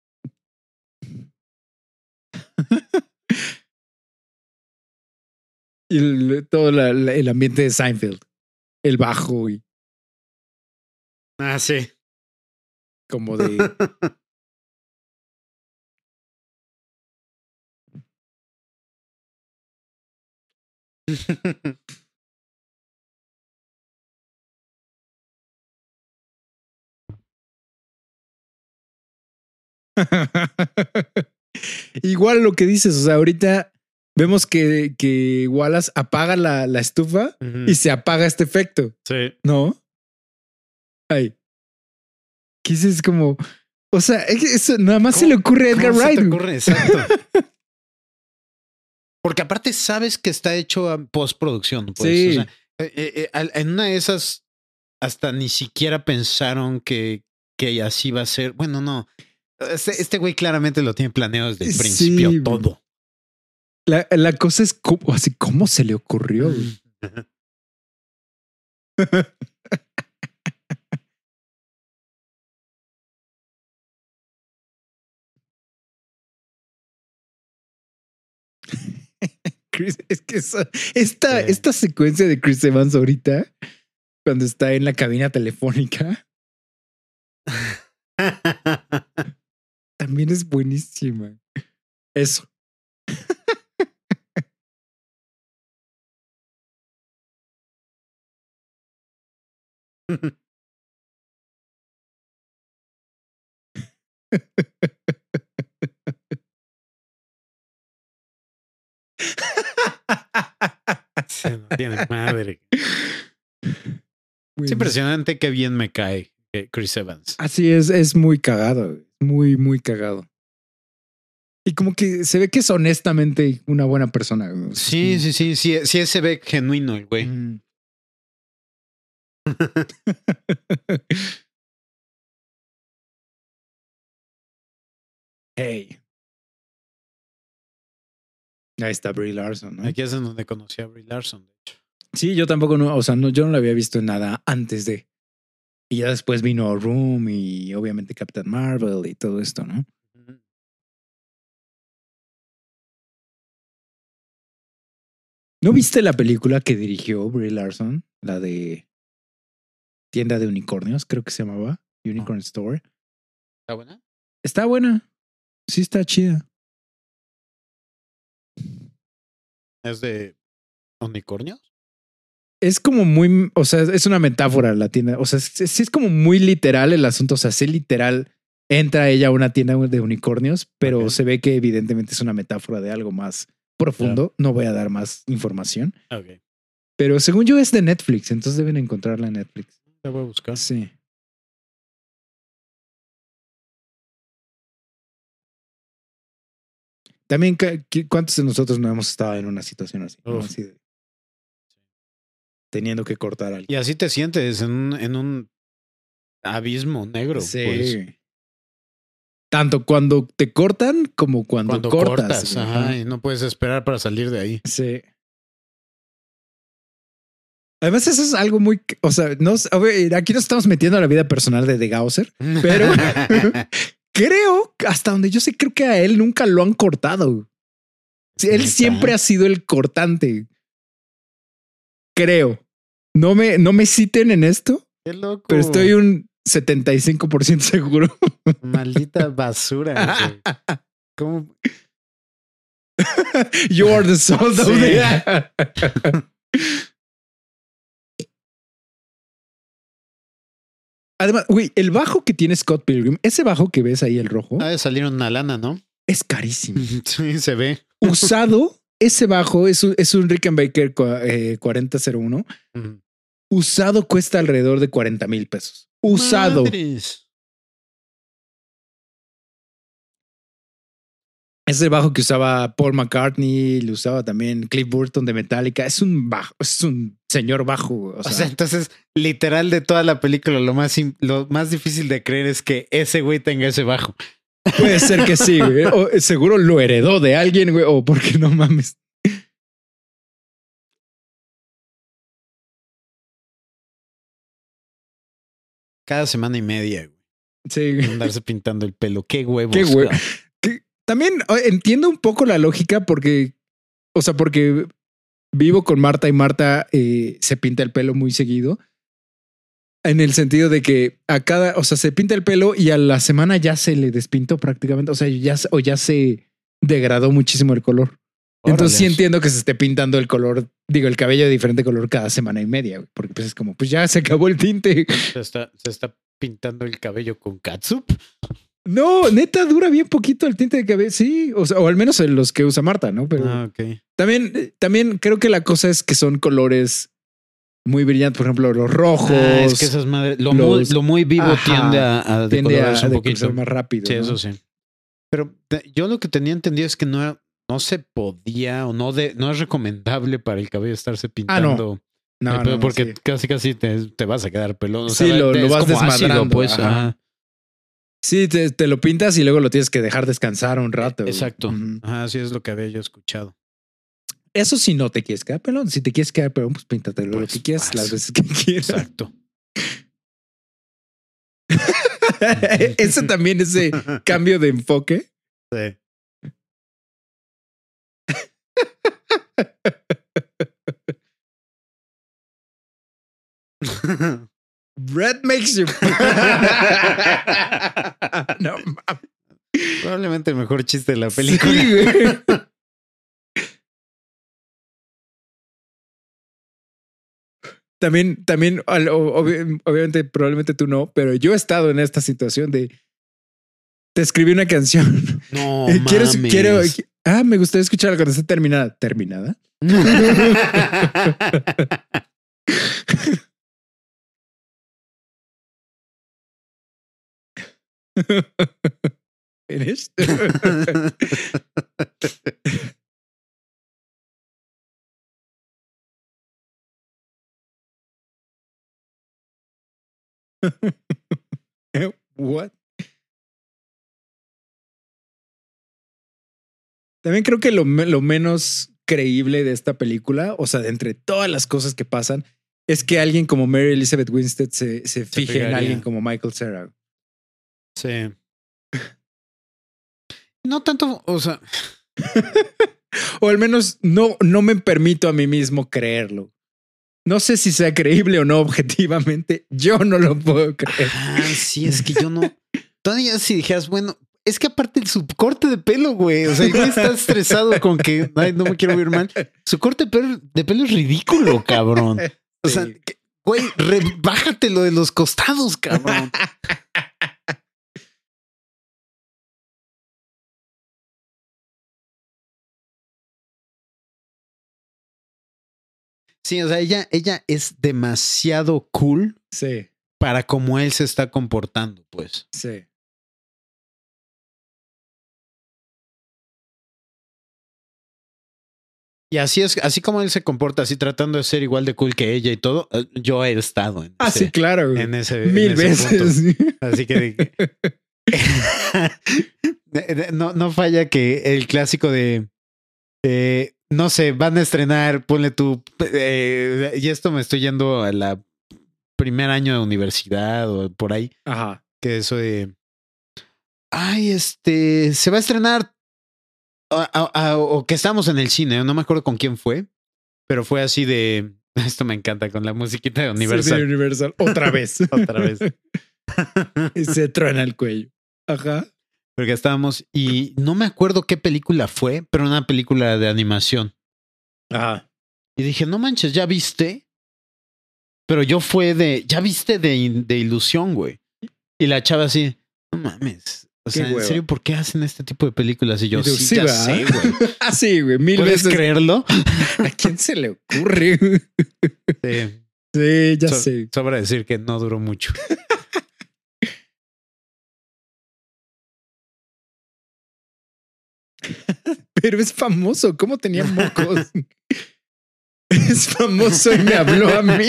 Y todo el ambiente de Seinfeld, el bajo y Ah, sí. como de... Igual lo que dices, o sea, ahorita vemos que Wallace apaga la estufa y se apaga este efecto. Sí. ¿No? Ay. Que es como... O sea, eso nada más se le ocurre a Edgar Wright. Se te ocurre? Exacto. Porque aparte sabes que está hecho a postproducción. Pues. Sí. O sea, en una de esas hasta ni siquiera pensaron que así va a ser. Bueno, no. Este güey claramente lo tiene planeado desde el principio todo. La cosa es cómo se le ocurrió. Chris, es que esta secuencia de Chris Evans ahorita, cuando está en la cabina telefónica, también es buenísima. Eso. Se no tiene madre. Es impresionante qué bien me cae Chris Evans. Así es muy cagado. Muy, muy cagado. Y como que se ve que es honestamente una buena persona. Sí, se ve genuino el güey. Hey. Ahí está Brie Larson, ¿no? Aquí es en donde conocí a Brie Larson, de hecho. Sí, yo tampoco, o sea, yo no la había visto en nada antes de. Y ya después vino Room y obviamente Captain Marvel y todo esto, ¿no? ¿No viste la película que dirigió Brie Larson? La de Tienda de Unicornios, creo que se llamaba. Unicorn Store. ¿Está buena? Está buena. Sí, está chida. ¿Es de unicornios? Es como muy, o sea, es una metáfora la tienda. O sea, sí es como muy literal el asunto. O sea, sí literal entra ella a una tienda de unicornios, pero se ve que evidentemente es una metáfora de algo más profundo. No voy a dar más información. Okay. Pero según yo es de Netflix, entonces deben encontrarla en Netflix. La voy a buscar. Sí. También, ¿cuántos de nosotros no hemos estado en una situación así? ¿No? Así de, teniendo que cortar algo. Y así te sientes en un abismo negro. Sí. Pues. Tanto cuando te cortan como cuando cortas. Ajá, y no puedes esperar para salir de ahí. Sí. Además, eso es algo muy... O sea, no, a ver, aquí nos estamos metiendo a la vida personal de Gausser, pero creo, hasta donde yo sé, creo que a él nunca lo han cortado. Sí, él siempre ha sido el cortante. Creo. No me citen en esto. Qué loco. Pero estoy 75% seguro. Maldita basura. Güey. ¿Cómo? You are the soul of the... Además, güey, el bajo que tiene Scott Pilgrim, ese bajo que ves ahí, el rojo, Ha de salir una lana, ¿no? es carísimo. Sí, se ve. Usado, ese bajo es un Rickenbacker 4001. Ujú. Usado cuesta alrededor de 40,000 pesos. Usado. Madres. Es el bajo que usaba Paul McCartney, lo usaba también Cliff Burton de Metallica. Es un bajo, es un señor bajo. O sea, entonces, literal de toda la película, lo más difícil de creer es que ese güey tenga ese bajo. puede ser que sí, güey. O seguro lo heredó de alguien, güey. O porque no mames. Cada semana y media, güey. Sí. Andarse pintando el pelo. Qué huevos. Qué güey. cabrón. También entiendo un poco la lógica porque, o sea, porque vivo con Marta y Marta se pinta el pelo muy seguido. En el sentido de que se pinta el pelo y a la semana ya se le despintó prácticamente. O sea, ya se degradó muchísimo el color. Entonces sí Órale. entiendo que se esté pintando el color, digo, el cabello de diferente color cada semana y media, güey, porque pues es como, pues ya se acabó el tinte. Se está pintando el cabello con catsup. No, neta, dura bien poquito el tinte de cabello. Sí, o al menos en los que usa Marta, ¿no? Pero Ok. también creo que la cosa es que son colores muy brillantes. Por ejemplo, los rojos. Es que esas madres, lo muy vivo Ajá, tiende a decolorar un decolorar poquito. más rápido. Sí, ¿no? eso sí. Pero yo lo que tenía entendido es que no se podía o no es recomendable para el cabello estarse pintando. No, el pelo no, porque sí. casi te vas a quedar pelón. O Sí, sea, lo es vas como ácido, desmadrando, pues. ajá. Ajá. Sí, te lo pintas y luego lo tienes que dejar descansar un rato. Exacto. Ujú. Ajá, así es lo que había yo escuchado. Eso si no te quieres quedar pelón. Si te quieres quedar pelón, pues píntatelo lo Pues, que quieras, vas. las veces que quieras. Exacto. Ese también, ese cambio de enfoque. Sí. Red makes you. No mames. Probablemente el mejor chiste de la película. Sí, güey. También, obviamente, probablemente tú no, pero yo he estado en esta situación de te escribí una canción. No, Quiero. mames. Me gustaría escucharla cuando esté terminada. ¿Terminada? ¿Eres? What? También creo que lo menos creíble de esta película, o sea, de entre todas las cosas que pasan, es que alguien como Mary Elizabeth Winstead se fije en fijaría. alguien como Michael Cera. Sí. No tanto, o sea, O al menos no me permito a mí mismo creerlo. No sé si sea creíble o no objetivamente. Yo no lo puedo creer. sí, es que yo no. Todavía si dijeras, bueno, es que aparte de su corte de pelo, güey. O sea, el güey está estresado con que ay, no me quiero ver mal. Su corte de pelo es ridículo, cabrón. O sea, Sí. güey, bájate lo de los costados, cabrón. Sí, o sea, ella es demasiado cool Sí, para cómo él se está comportando, pues. sí. Y así es, así como él se comporta, así tratando de ser igual de cool que ella y todo, yo he estado en Sí, claro. Güey. en ese Mil en ese veces. punto. Así que no falla que el clásico de no sé, van a estrenar, ponle tú, y esto me estoy yendo a la primer año de universidad o por ahí, Ajá. que eso de se va a estrenar o que estamos en el cine, no me acuerdo con quién fue, pero fue así de esto me encanta con la musiquita de Universal. Sí, de Universal. Otra vez. Otra vez. Y se truena el cuello. Ajá. Porque estábamos, y no me acuerdo qué película fue, pero una película de animación. Ajá. Y dije, no manches, ¿ya viste? Pero yo ¿ya viste de ilusión, güey? Y la chava así, no mames. O sea, ¿en serio por qué hacen este tipo de películas? Y yo, sí, ya sé, güey. Así, güey, 1000 ¿Puedes veces. creerlo? ¿A quién se le ocurre? Sí. Sí, ya sé. Sobra decir que no duró mucho. Pero es famoso. ¿Cómo tenía mocos? Es famoso y me habló a mí.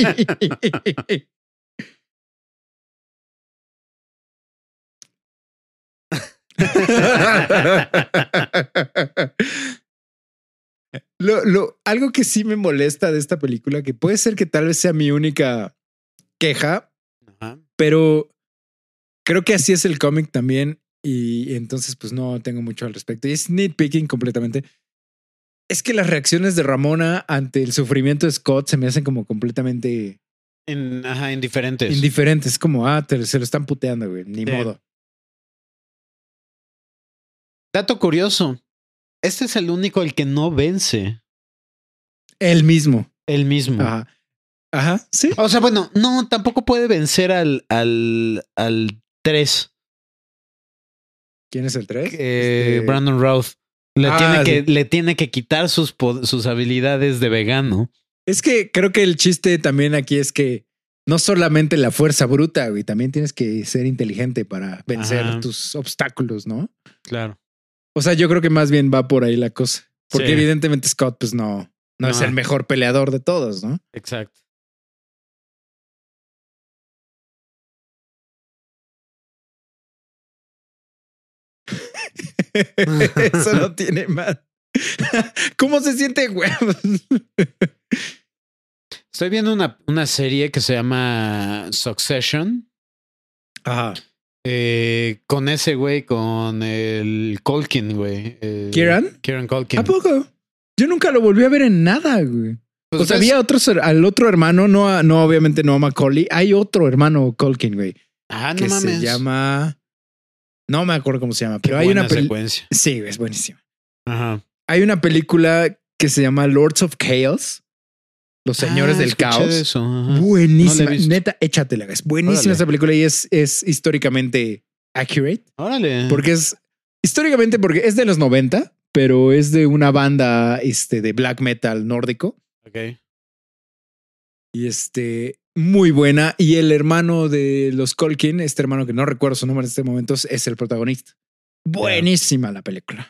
Algo que sí me molesta de esta película, que puede ser que tal vez sea mi única queja, ajá, pero creo que así es el cómic también. Y entonces, pues no tengo mucho al respecto. Y es nitpicking completamente. Es que las reacciones de Ramona ante el sufrimiento de Scott se me hacen como completamente indiferentes. Indiferentes. Es como, se lo están puteando, güey. Ni modo. Dato curioso. Este es el único el que no vence. Él mismo. Él mismo. Ajá. Ajá, sí. O sea, bueno, no, tampoco puede vencer al 3. ¿Quién es el 3? Brandon Routh. Le tiene que quitar sus habilidades de vegano. Es que creo que el chiste también aquí es que no solamente la fuerza bruta, güey, también tienes que ser inteligente para vencer tus obstáculos, ¿no? Claro. O sea, yo creo que más bien va por ahí la cosa. Porque evidentemente Scott, pues no es el mejor peleador de todos, ¿no? Exacto. Eso no tiene más. ¿Cómo se siente, güey? Estoy viendo una serie que se llama Succession. Ajá. Con ese güey, con el Culkin, güey. ¿Kieran? Kieran Culkin. ¿A poco? Yo nunca lo volví a ver en nada, güey. Pues o sea, había al otro hermano, no obviamente no a Macaulay. Hay otro hermano Culkin, güey. No que mames. Se llama... No me acuerdo cómo se llama, pero hay una secuencia. Sí, es buenísima. Ajá. Hay una película que se llama Lords of Chaos. Los señores del caos. Eso. Buenísima. No neta, échatela. Es buenísima esa película y es históricamente accurate. Órale. Porque es históricamente, porque es de los 90, pero es de una banda de black metal nórdico. Ok. Y muy buena. Y el hermano de los Culkin, este hermano que no recuerdo su nombre en este momento, es el protagonista. Buenísima la película.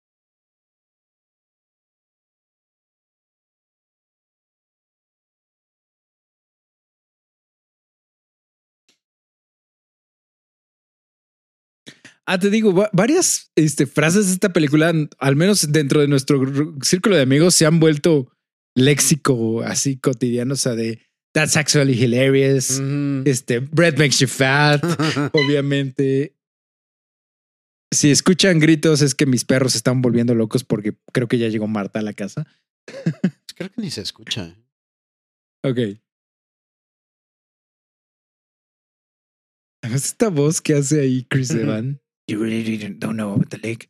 Te digo, varias frases de esta película, al menos dentro de nuestro círculo de amigos, se han vuelto léxico así cotidiano, o sea, de that's actually hilarious. Bread makes you fat, obviamente. Si escuchan gritos es que mis perros se están volviendo locos porque creo que ya llegó Marta a la casa. Creo que ni se escucha. Ok. Esta voz que hace ahí Chris Evans. You really don't know about the lake.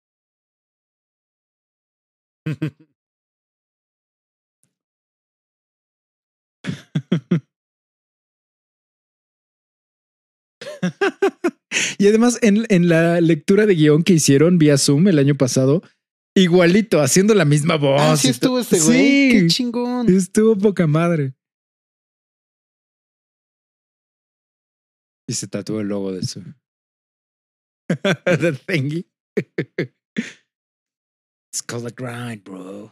Y además en la lectura de guión que hicieron vía Zoom el año pasado, igualito, haciendo la misma voz. Sí estuvo güey. Sí, qué chingón. Estuvo poca madre. Y se tatuó el logo de eso. The thingy. It's called a grind, bro.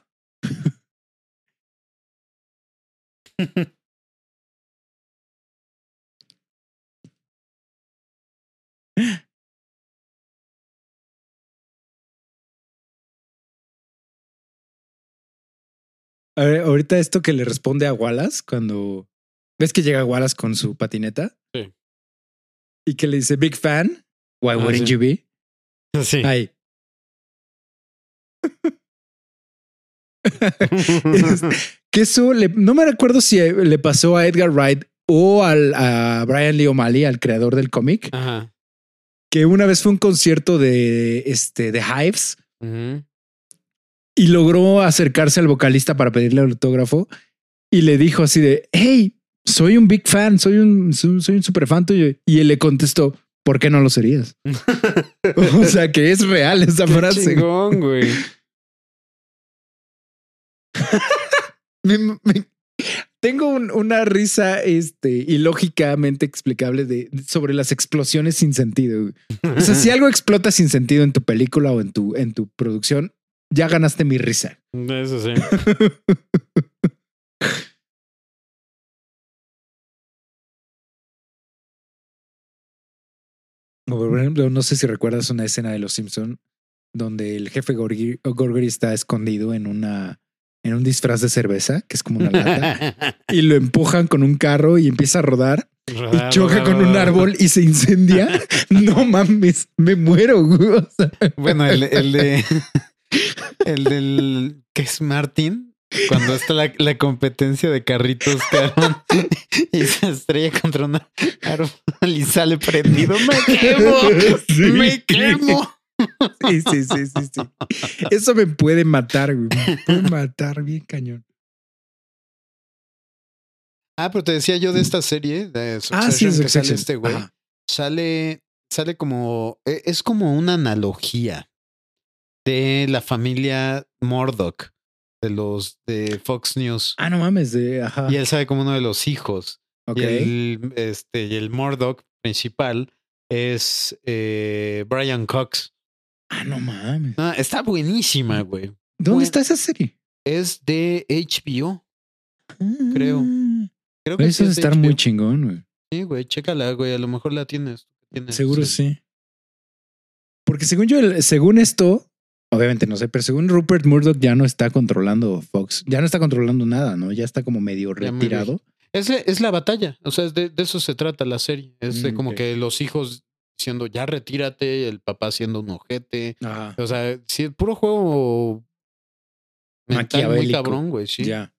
A ver, ahorita esto que le responde a Wallace cuando ves que llega Wallace con su patineta. Sí. Y que le dice big fan. Why wouldn't you be? Sí. Ahí. Que eso no me recuerdo si le pasó a Edgar Wright o a Brian Lee O'Malley, al creador del cómic, Ajá. que una vez fue a un concierto de Hives y logró acercarse al vocalista para pedirle autógrafo y le dijo así de, hey, soy un big fan, soy un super fan tuyo. Y él le contestó, ¿por qué no lo serías? O sea, que es real esa frase. Chingón, güey. Tengo una risa ilógicamente explicable sobre las explosiones sin sentido. O sea, si algo explota sin sentido en tu película o en tu producción, ya ganaste mi risa. Eso sí. Por ejemplo, no sé si recuerdas una escena de Los Simpson donde el jefe Gorgory está escondido en un disfraz de cerveza, que es como una lata, y lo empujan con un carro y empieza a rodar y choca con un árbol y se incendia. No mames, me muero. O sea. Bueno, el del que es Martin, cuando está la competencia de carritos, cabrón, y se estrella contra un árbol y sale prendido. ¡Me quemo! Sí. ¡Me quemo! Sí. Eso me puede matar, güey. Me puede matar bien cañón. Ah, pero te decía yo de esta serie de Succession, que sale este güey. Sale como, es como una analogía de la familia Murdoch de los de Fox News. Ah, no mames, Y él sale como uno de los hijos. Okay. Y el Murdoch principal es Brian Cox. Ah, no mames. Ah, está buenísima, güey. ¿Dónde está esa serie? Es de HBO, creo. Creo que eso sí es estar muy chingón, güey. Sí, güey, chécala, güey. A lo mejor la tienes. Seguro sí. Porque según esto, obviamente no sé, pero según Rupert Murdoch ya no está controlando Fox. Ya no está controlando nada, ¿no? Ya está como medio retirado. Es la batalla. O sea, de eso se trata la serie. Es de como que los hijos diciendo ya retírate, el papá siendo un ojete. Ajá. O sea, sí, el puro juego mental muy cabrón, güey, sí. Ya.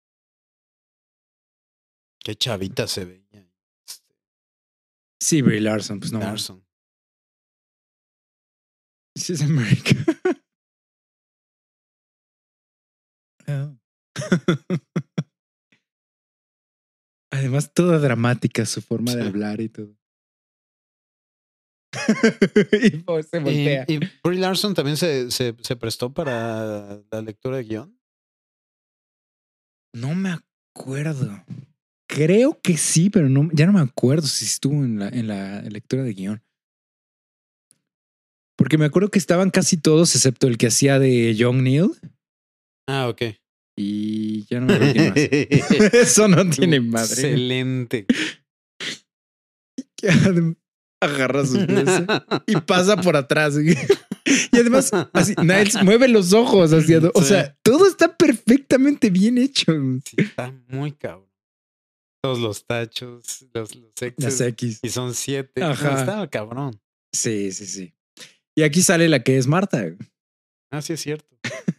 Qué chavita se veía. Sí, Brie Larson, pues no. Larson. Sí, es América. Oh. Además, toda dramática su forma de hablar y todo. Y pues se voltea. Y Brie Larson también se prestó para la lectura de guión. No me acuerdo. Creo que sí, pero no, ya no me acuerdo si estuvo en la lectura de guión. Porque me acuerdo que estaban casi todos, excepto el que hacía de Young Neil. Ah, ok. Y ya no me acuerdo quién más. Eso no tiene madre. Excelente. Agarra sus pies y pasa por atrás. Y además, así, Niles mueve los ojos hacia. O sea, todo está perfectamente bien hecho. Sí, está muy cabrón. Todos los tachos, los X's, las X. Y son 7. Ajá. No, estaba cabrón. Sí. Y aquí sale la que es Marta. Ah, sí, es cierto.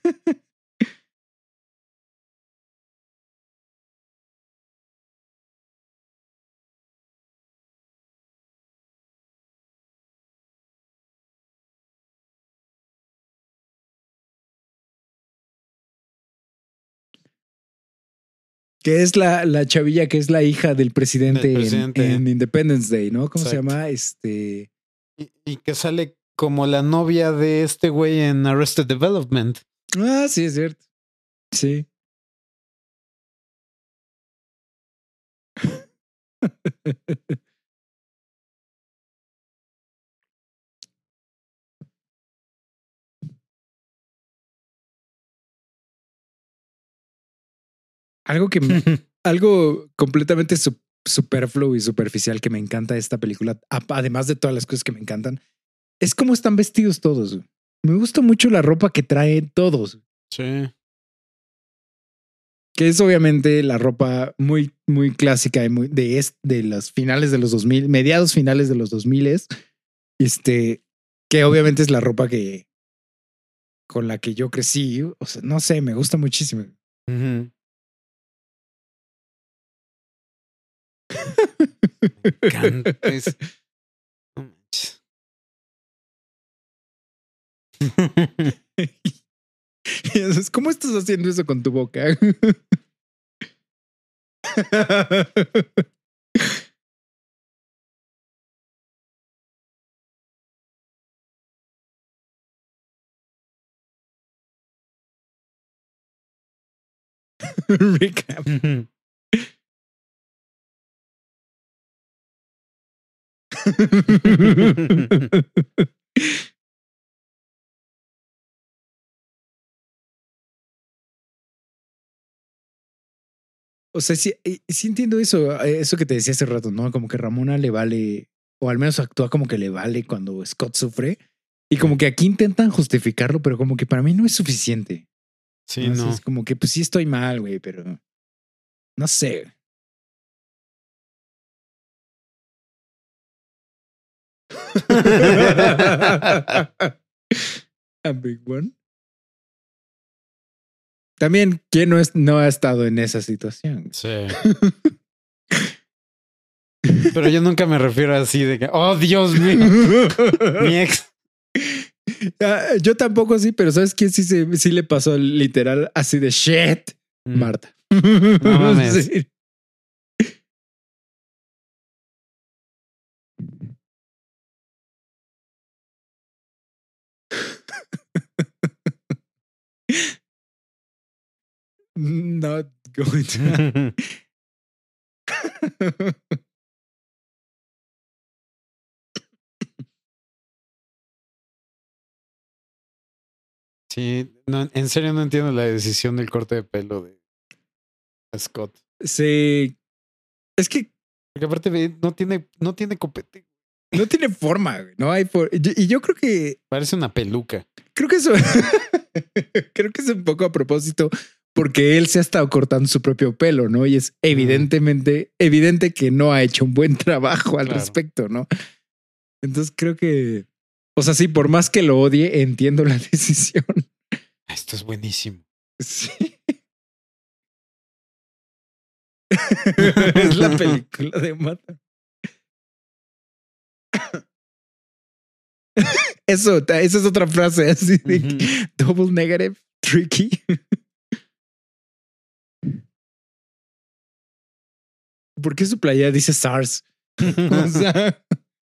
Que es la chavilla que es la hija del presidente, en Independence Day, ¿no? ¿Cómo Exacto. se llama? Y que sale como la novia de este güey en Arrested Development. Ah, sí, es cierto. Sí. Algo completamente superfluo y superficial que me encanta de esta película, además de todas las cosas que me encantan, es cómo están vestidos todos. Me gusta mucho la ropa que traen todos. Sí. Que es obviamente la ropa muy, muy clásica y muy de los finales de los 2000, mediados finales de los 2000. Que obviamente es la ropa con la que yo crecí. O sea, no sé, me gusta muchísimo. Cantes. No manches. Y eso es, ¿cómo estás haciendo eso con tu boca? Recap. O sea, sí, sí entiendo eso que te decía hace rato, ¿no? Como que Ramona le vale, o al menos actúa como que le vale cuando Scott sufre. Y como que aquí intentan justificarlo, pero como que para mí no es suficiente. Sí, ¿no? no. Es como que, pues sí estoy mal, güey, pero no sé. A big one. También, ¿quién no ha estado en esa situación? Sí. Pero yo nunca me refiero así de que, oh, Dios mío, mi ex. Yo tampoco así, pero ¿sabes quién sí le pasó literal así de shit? Marta. No mames. Sí. Not going to. Sí, no, en serio no entiendo la decisión del corte de pelo de Scott. Sí. Es que Porque aparte no tiene copete. no tiene forma, güey. No hay forma. Y yo creo que. Parece una peluca. Creo que eso. Creo que es un poco a propósito, porque él se ha estado cortando su propio pelo, ¿no? Y es evidente que no ha hecho un buen trabajo al respecto, ¿no? Entonces creo que. O sea, sí, por más que lo odie, entiendo la decisión. Esto es buenísimo. Sí. Es la película de Mata. Esa es otra frase así de double negative, tricky. ¿Por qué su playa dice SARS? O sea,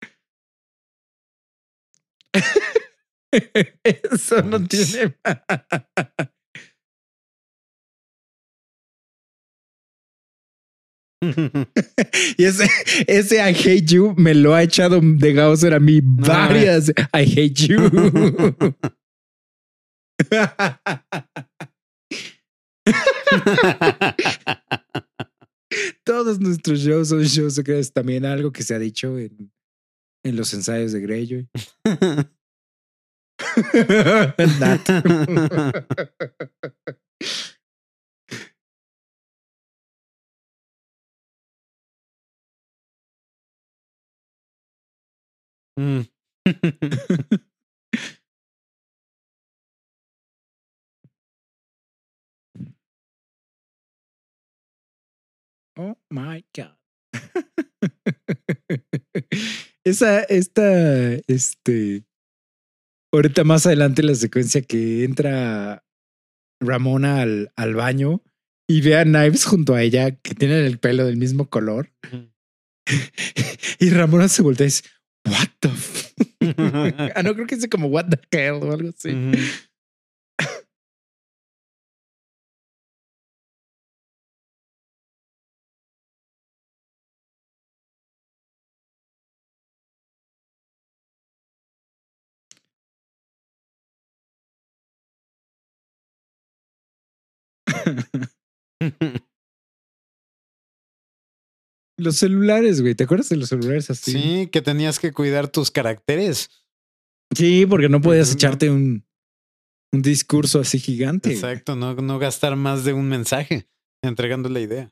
eso no tiene. Y ese I hate you me lo ha echado de Gausser a mí varias. I hate you. Todos nuestros shows son shows secretos. También algo que se ha dicho en los ensayos de Greyjoy. Oh my God. Ahorita más adelante la secuencia que entra Ramona al baño y ve a Knives junto a ella que tienen el pelo del mismo color. Y Ramona se voltea y dice, what the no, creo que dice como what the hell o algo así. Los celulares, güey. ¿Te acuerdas de los celulares así? Sí, que tenías que cuidar tus caracteres. Sí, porque no podías echarte un discurso así gigante. Exacto, no gastar más de un mensaje entregando la idea.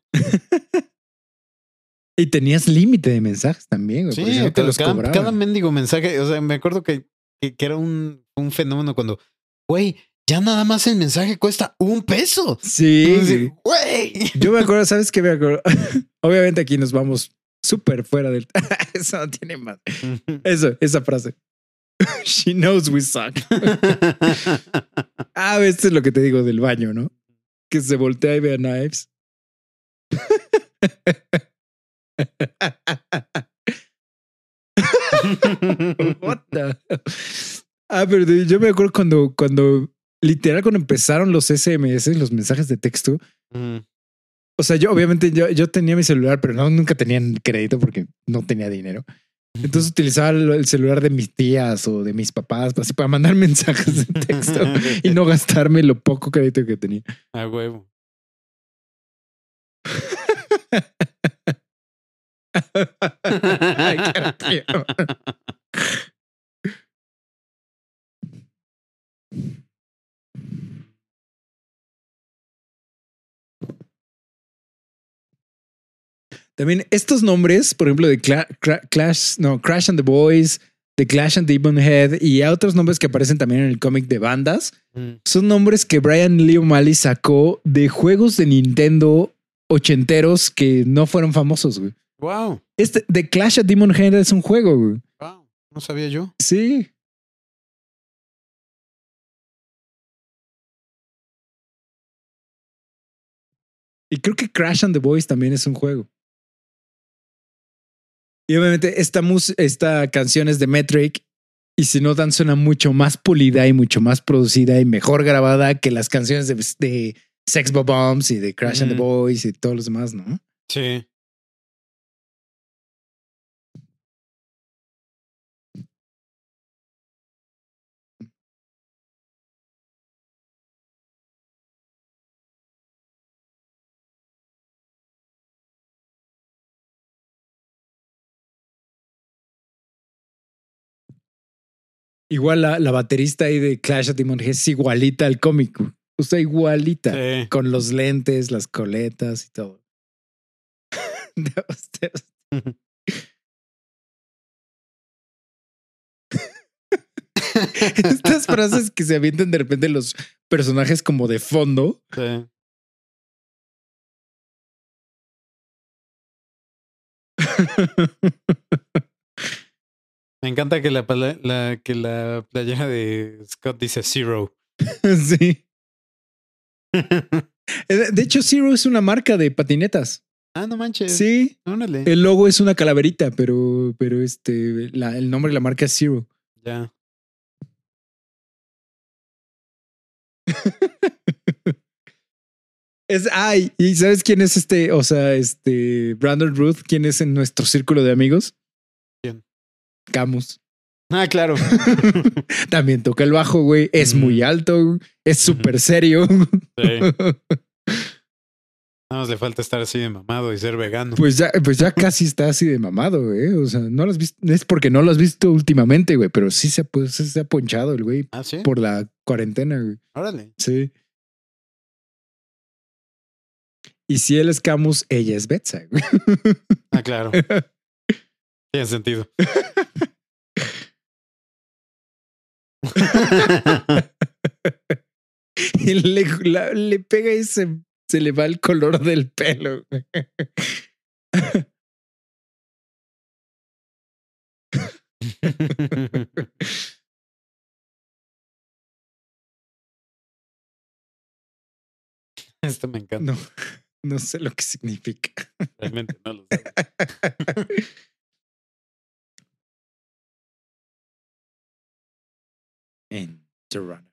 Y tenías límite de mensajes también, güey. Sí, porque si no te los cobraban. Cada mendigo mensaje, o sea, me acuerdo que era un fenómeno cuando, güey, ya nada más el mensaje cuesta $1. Sí, güey. Yo me acuerdo, ¿sabes qué me acuerdo? Obviamente aquí nos vamos súper fuera del... Eso no tiene más. Eso, esa frase. She knows we suck. Esto es lo que te digo del baño, ¿no? Que se voltea y ve a Knives. What the... pero yo me acuerdo cuando literal cuando empezaron los SMS, los mensajes de texto. O sea, yo tenía mi celular, pero nunca tenía crédito porque no tenía dinero. Entonces utilizaba el celular de mis tías o de mis papás así para mandar mensajes de texto y no gastarme lo poco crédito que tenía. A huevo. Ay, qué También estos nombres, por ejemplo, de Crash and the Boys, de Clash and Demon Head y otros nombres que aparecen también en el cómic de bandas, son nombres que Brian Lee O'Malley sacó de juegos de Nintendo ochenteros que no fueron famosos, güey. Wow. The Clash and Demon Head es un juego, güey. Wow. No sabía yo. Sí. Y creo que Crash and the Boys también es un juego. Y obviamente esta canción es de Metric y si notan suena mucho más pulida y mucho más producida y mejor grabada que las canciones de Sex Bob-Bombs y de Crash and the Boys y todos los demás, ¿no? Sí. Igual la baterista ahí de Clash of Demon es igualita al cómico. O sea, igualita. Sí. Con los lentes, las coletas y todo. Estas frases que se avientan de repente los personajes como de fondo. Sí. Me encanta que la playera de Scott dice Zero. Sí. De hecho, Zero es una marca de patinetas. Ah, no manches. Sí. Órale. El logo es una calaverita, pero el nombre de la marca es Zero. Ya. ¿Y sabes quién es Brandon Ruth? ¿Quién es en nuestro círculo de amigos? ¿Quién? Camus. Ah, claro. También toca el bajo, güey. Es muy alto. Es súper serio. Sí. Nada más le falta estar así de mamado y ser vegano. Pues ya casi está así de mamado, güey. O sea, no lo has visto. Es porque no lo has visto últimamente, güey. Pero sí se ha ponchado el güey. ¿Ah, sí? Por la cuarentena, güey. Órale. Sí. Y si él es Camus, ella es Betsa, güey. Ah, claro. Tiene sentido. Y le pega y se le va el color del pelo. Esto me encanta. No sé lo que significa. Realmente no lo sé. En Toronto.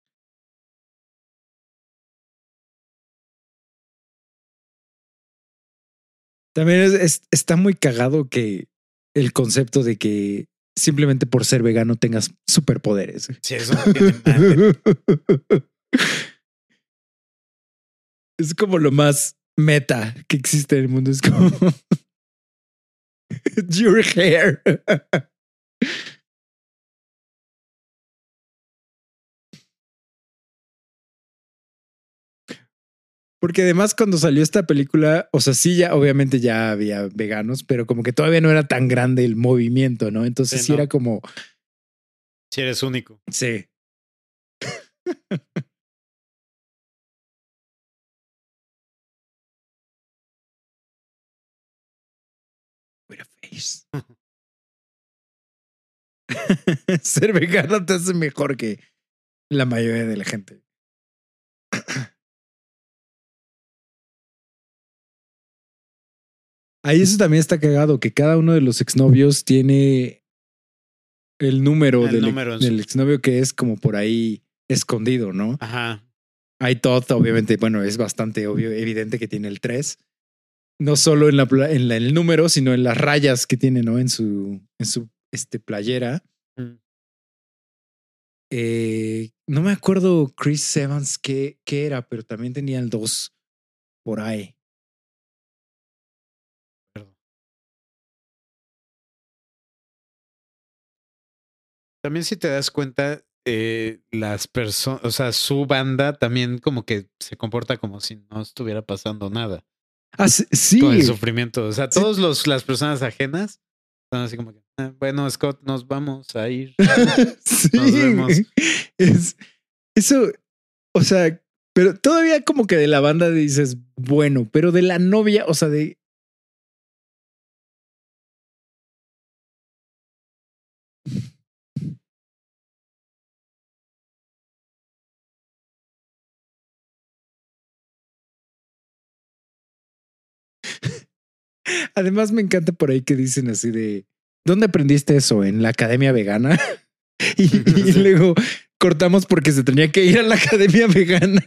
También está muy cagado que el concepto de que simplemente por ser vegano tengas superpoderes. Sí, eso no tiene madre. Es como lo más meta que existe en el mundo. Es como your hair. Porque además cuando salió esta película, o sea, sí, ya obviamente ya había veganos, pero como que todavía no era tan grande el movimiento, ¿no? Entonces sí, era como... Sí, eres único. Sí. Chris. Ser vegano te hace mejor que la mayoría de la gente. Ahí eso también está cagado, que cada uno de los exnovios tiene el número del exnovio que es como por ahí escondido, ¿no? Ajá. Hay Todd, obviamente, bueno, es bastante obvio, evidente que tiene el 3. No solo en el número, sino en las rayas que tiene, ¿no? En su playera. Mm. No me acuerdo Chris Evans qué era, pero también tenía el 2 por ahí. También si te das cuenta, las personas, o sea, su banda también como que se comporta como si no estuviera pasando nada. Ah, sí. Con el sufrimiento. O sea, todas las personas ajenas son así como que, bueno, Scott, nos vamos a ir. Sí. Nos vemos. Eso, o sea, pero todavía como que de la banda dices, bueno, pero de la novia, o sea, de... Además me encanta por ahí que dicen así de, ¿dónde aprendiste eso? ¿En la academia vegana? y luego cortamos porque se tenía que ir a la academia vegana.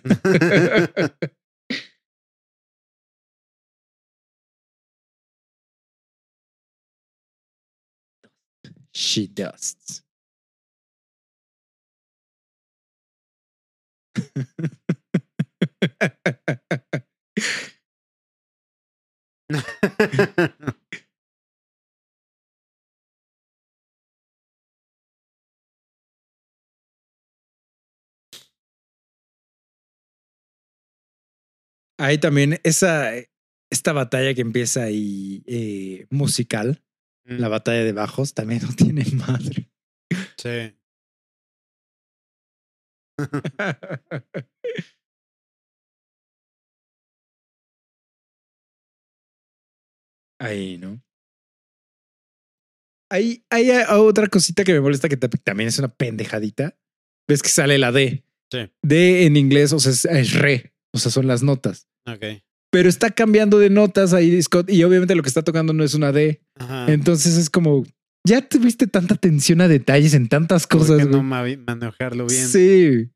She does. Hay también esta batalla que empieza ahí musical, la batalla de bajos, también no tiene madre. Sí. Ahí, ¿no? Hay otra cosita que me molesta que también es una pendejadita. Ves que sale la D. Sí. D en inglés, o sea, es re. O sea, son las notas. Ok. Pero está cambiando de notas ahí, Scott, y obviamente lo que está tocando no es una D. Ajá. Entonces es como, ya tuviste tanta atención a detalles en tantas cosas. ¿Por qué no manejarlo bien? Sí.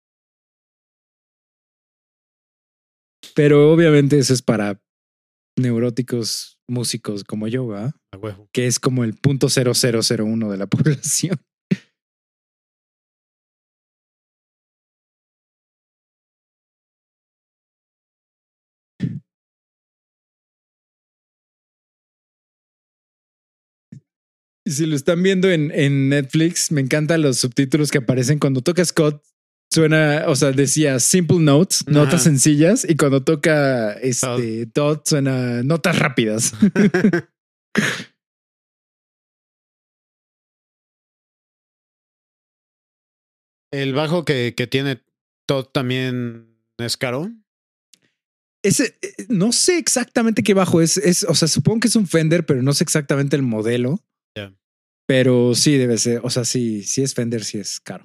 Pero obviamente eso es para neuróticos músicos como yo, ¿verdad? A huevo. Que es como el 0.0001 de la población. Y si lo están viendo en Netflix, me encantan los subtítulos que aparecen cuando toca Scott. Suena, o sea, decía simple notes, notas sencillas, y cuando toca Todd suena notas rápidas. El bajo que tiene Todd también es caro. Ese, no sé exactamente qué bajo es, o sea, supongo que es un Fender, pero no sé exactamente el modelo. Yeah. Pero sí debe ser, o sea, sí es Fender, sí es caro.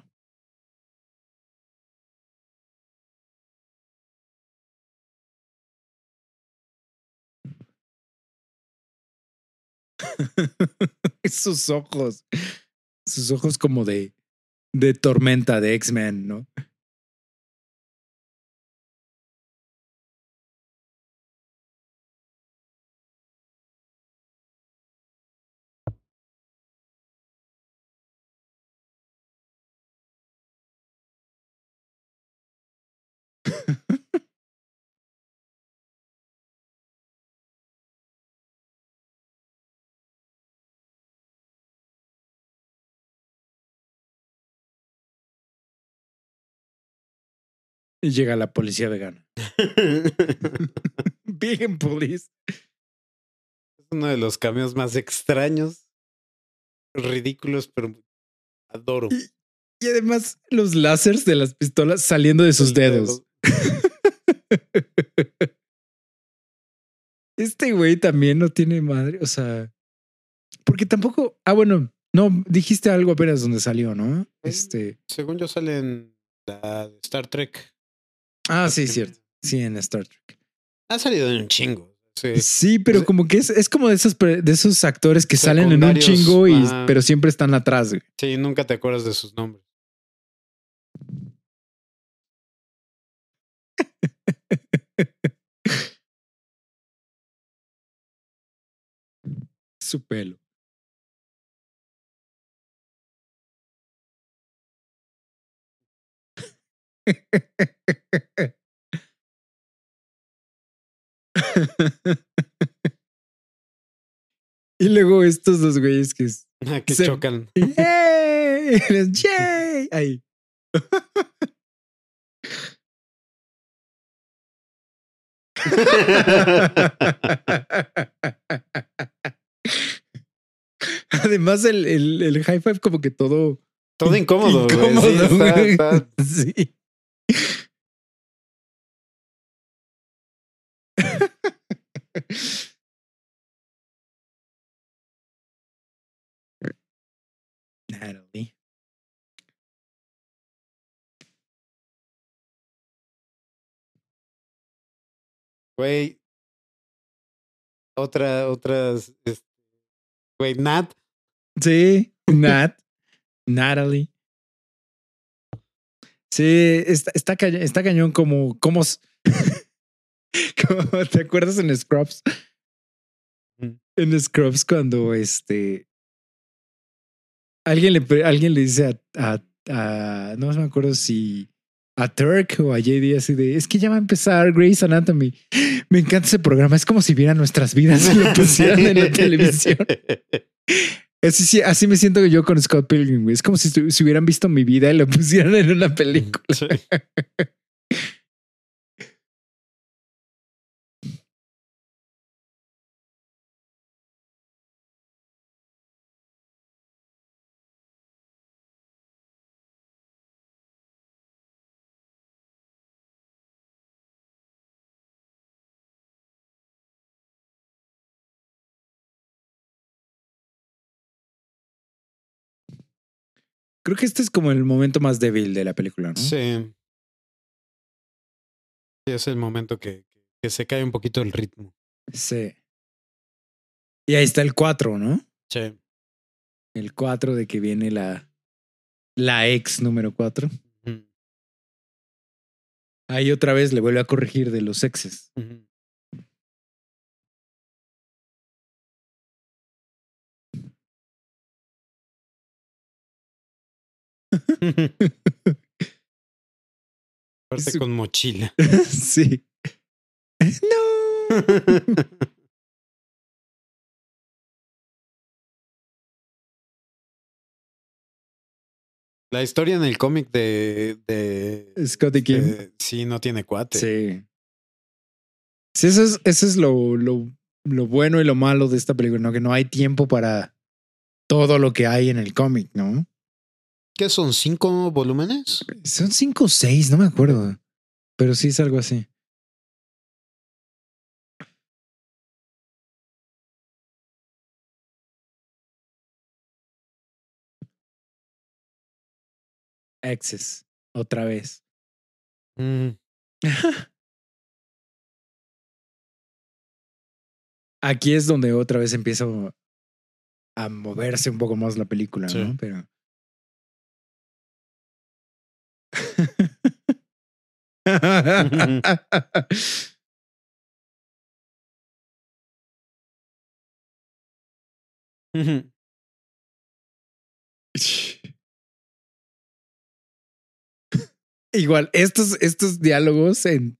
sus ojos como de tormenta de X-Men, ¿no? Y llega la policía vegana. Vegan Police. Es uno de los cameos más extraños, ridículos, pero adoro. Y además los láseres de las pistolas saliendo de sus dedos. Este güey también no tiene madre, o sea, Porque tampoco. Ah, bueno, no, dijiste algo apenas donde salió, ¿no? Según yo sale en la de Star Trek. Ah, sí, cierto. Sí, en Star Trek. Ha salido en un chingo. Sí, Sí, pero como que es como de esos actores que salen en un secundarios, chingo, ajá. pero siempre están atrás, güey. Sí, nunca te acuerdas de sus nombres. Su pelo. Y luego estos dos güeyes que Que chocan. ¡Yay! ¡Yay! Ahí. Además, el high five como que todo incómodo. incómodo, Güey. Sí, sí. Natalie. Güey. Otras. Güey, Nat. Sí, Natalie. Sí, está cañón como ¿te acuerdas en Scrubs? En Scrubs cuando alguien le dice no me acuerdo si a Turk o a JD así de es que ya va a empezar Grey's Anatomy. Me encanta ese programa, es como si vieran nuestras vidas y lo pusieran en la televisión. Así me siento yo con Scott Pilgrim, güey. Es como si hubieran visto mi vida y lo pusieran en una película. Sí. Creo que este es como el momento más débil de la película, ¿no? Sí. Sí, es el momento que se cae un poquito el ritmo. Sí. Y ahí está el 4, ¿no? Sí. El 4 de que viene la ex número 4. Ahí otra vez le vuelve a corregir de los exes. Aparte con mochila. Sí. No. La historia en el cómic de Scotty Kim. Sí, no tiene cuate. Sí. Sí, eso es lo bueno y lo malo de esta película, ¿no? Que no hay tiempo para todo lo que hay en el cómic, ¿no? ¿Qué son? ¿5 volúmenes? Son 5 o 6, no me acuerdo. Pero sí es algo así. Exes, otra vez. Aquí es donde otra vez empieza a moverse un poco más la película, sí, ¿no? Pero. Igual, estos diálogos en.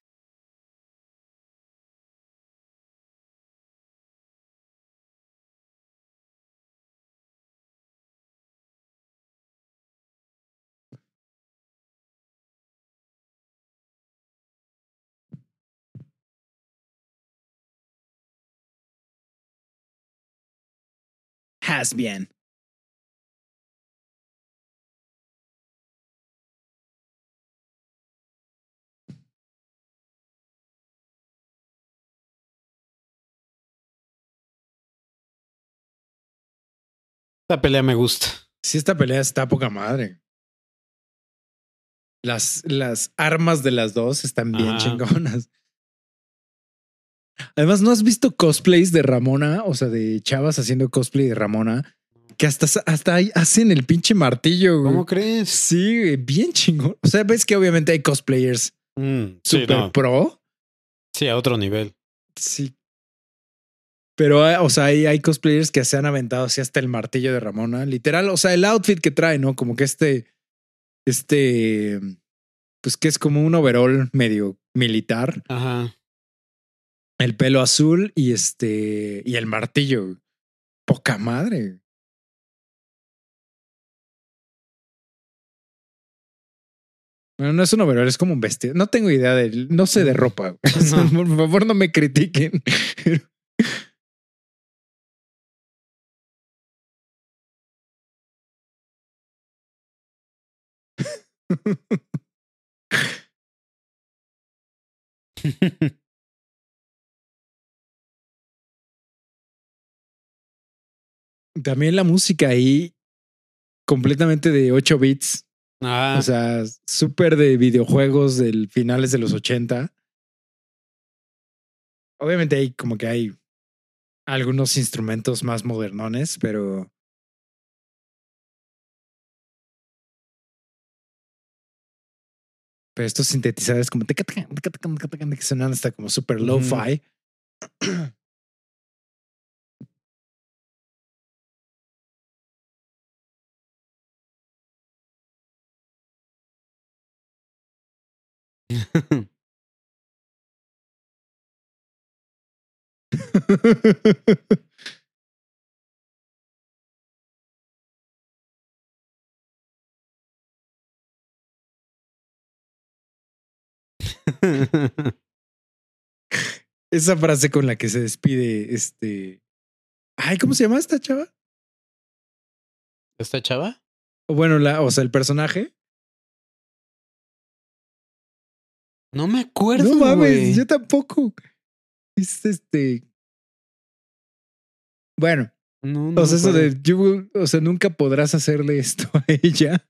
Has been. Esta pelea me gusta. Sí, esta pelea está poca madre. Las armas de las dos están bien chingonas. Además, ¿no has visto cosplays de Ramona? O sea, de chavas haciendo cosplay de Ramona, que hasta ahí hacen el pinche martillo, güey. ¿Cómo crees? Sí, güey, bien chingón. O sea, ves que obviamente hay cosplayers super pro. Sí, a otro nivel. Sí. Pero, o sea, hay cosplayers que se han aventado así hasta el martillo de Ramona. Literal, o sea, el outfit que trae, ¿no? Como que pues que es como un overall medio militar. Ajá. El pelo azul y y el martillo. Poca madre. Bueno, no es un overall, es como un vestido. No tengo idea no sé de ropa. No. Por favor, no me critiquen. También la música ahí completamente de 8 bits. O sea, súper de videojuegos del finales de los 80. Obviamente hay como que hay algunos instrumentos más modernones, pero estos sintetizadores como que sonan hasta como súper lo-fi. Esa frase con la que se despide ay, ¿cómo se llama esta chava? ¿Esta chava? O bueno, o sea, el personaje. No me acuerdo. No mames, güey. yo tampoco. Es Bueno, no o sea, eso de o sea, nunca podrás hacerle esto a ella.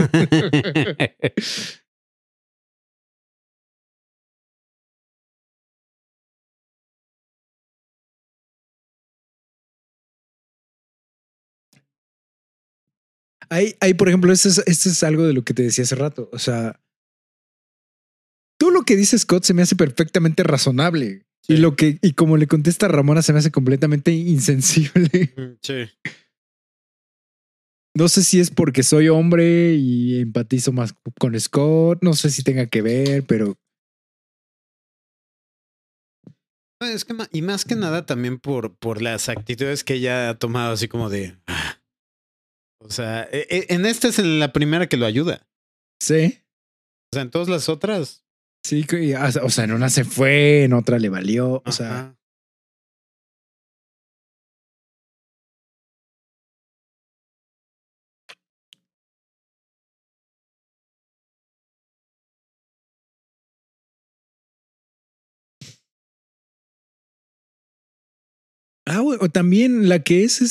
Hay, por ejemplo, esto es algo de lo que te decía hace rato. O sea, todo lo que dice Scott se me hace perfectamente razonable. Sí. Y como le contesta a Ramona se me hace completamente insensible. Sí. No sé si es porque soy hombre y empatizo más con Scott. No sé si tenga que ver, pero. Es que y más que nada también por las actitudes que ella ha tomado, así como de. O sea, en esta es la primera que lo ayuda. Sí. O sea, en todas las otras. Sí, o sea, en una se fue, en otra le valió. O sea. O también la que es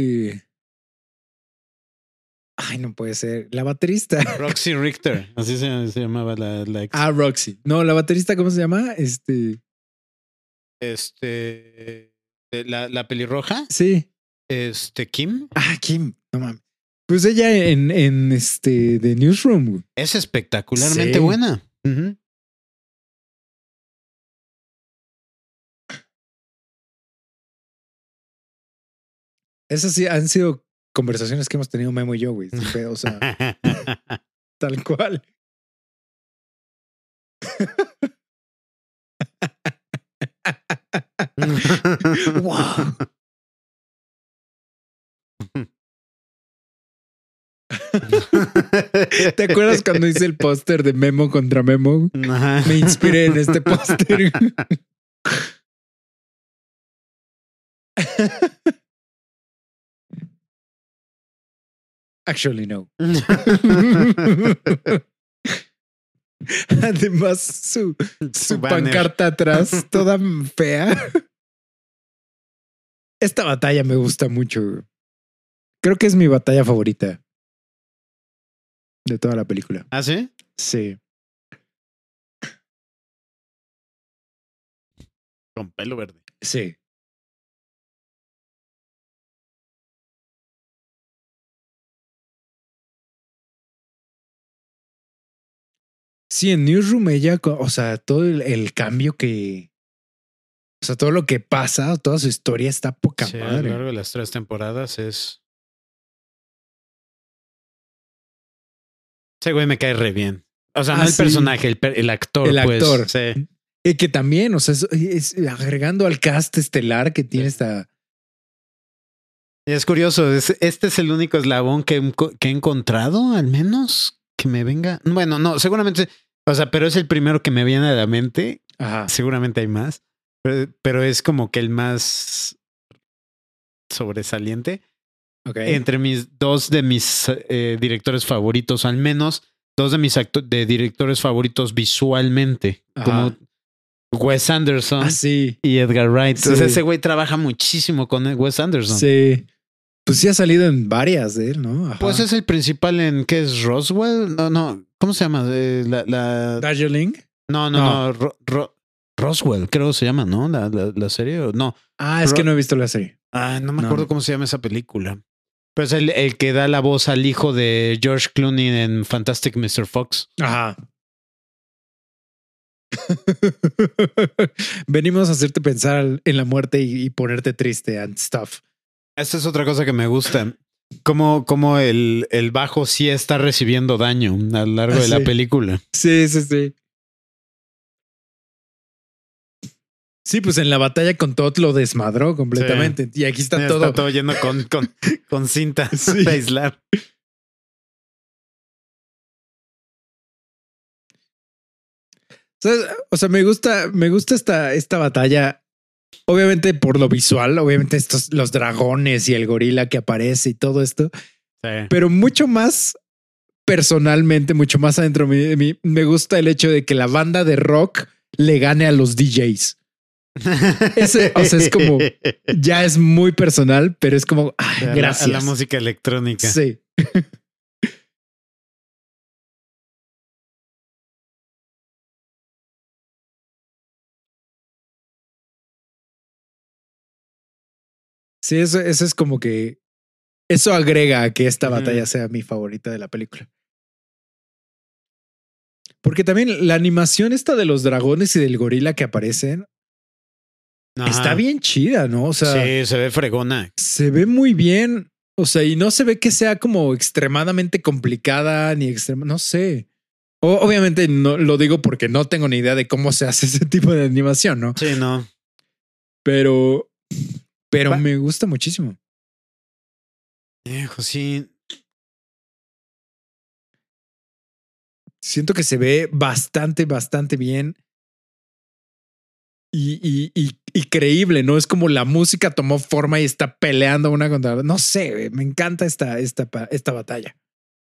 Ay, no puede ser. La baterista. Roxy Richter. Así se llamaba la ex. Roxy. No, la baterista, ¿cómo se llama? La pelirroja. Sí. Kim. Kim. No mames. Pues ella en The Newsroom. Es espectacularmente buena. Esas sí han sido conversaciones que hemos tenido Memo y yo, güey. O sea, tal cual. Wow. ¿Te acuerdas cuando hice el póster de Memo contra Memo? Me inspiré en este póster. Actually, no. Además, su pancarta atrás, toda fea. Esta batalla me gusta mucho. Creo que es mi batalla favorita de toda la película. ¿Ah, sí? Sí. Con pelo verde. Sí. Sí, en Newsroom ella, o sea, todo el cambio que... O sea, todo lo que pasa, toda su historia está poca Sí, a lo madre. largo de las 3 temporadas es... Ese güey me cae re bien. O sea, no el sí. personaje, el actor, El pues. actor. Sí. Y que también, o sea, es agregando al cast estelar que tiene esta... Y es curioso, este es el único eslabón que he encontrado, al menos, que me venga... Bueno, no, seguramente... O sea, pero es el primero que me viene a la mente. Ajá. Seguramente hay más. Pero es como que el más sobresaliente. Okay. Entre dos de mis directores favoritos, al menos dos de mis directores favoritos visualmente, Ajá. como Wes Anderson sí. y Edgar Wright. Sí. O sea, ese güey trabaja muchísimo con Wes Anderson. Sí. Pues sí ha salido en varias de él, ¿no? Ajá. Pues es el principal en ¿qué es? Roswell. No. ¿Cómo se llama? Darjeeling. No. Roswell, creo se llama, ¿no? La serie. No. Ah, es que no he visto la serie. Ah, no me acuerdo cómo se llama esa película. Pero es el que da la voz al hijo de George Clooney en Fantastic Mr. Fox. Ajá. Venimos a hacerte pensar en la muerte y ponerte triste and stuff. Esta es otra cosa que me gusta. Como el bajo sí está recibiendo daño a lo largo de la película. Sí. Sí, pues en la batalla con Todd lo desmadró completamente. Sí. Y aquí está todo. Está todo lleno con cinta para aislar. O sea, me gusta esta batalla. Obviamente por lo visual, obviamente los dragones y el gorila que aparece y todo esto. Sí. Pero mucho más personalmente, mucho más adentro de mí, me gusta el hecho de que la banda de rock le gane a los DJs. O sea, es como, ya es muy personal, pero es como, ay, gracias. A la música electrónica. Sí. Sí, eso es como que eso agrega a que esta batalla sea mi favorita de la película. Porque también la animación esta de los dragones y del gorila que aparecen está bien chida, ¿no? O sea, sí, se ve fregona. Se ve muy bien. O sea, y no se ve que sea como extremadamente complicada ni no sé. Obviamente no lo digo porque no tengo ni idea de cómo se hace ese tipo de animación, ¿no? Sí, no. Pero me gusta muchísimo. Hijo, sí. Siento que se ve bastante bien. Y creíble, ¿no? Es como la música tomó forma y está peleando una contra otra. No sé, me encanta esta batalla.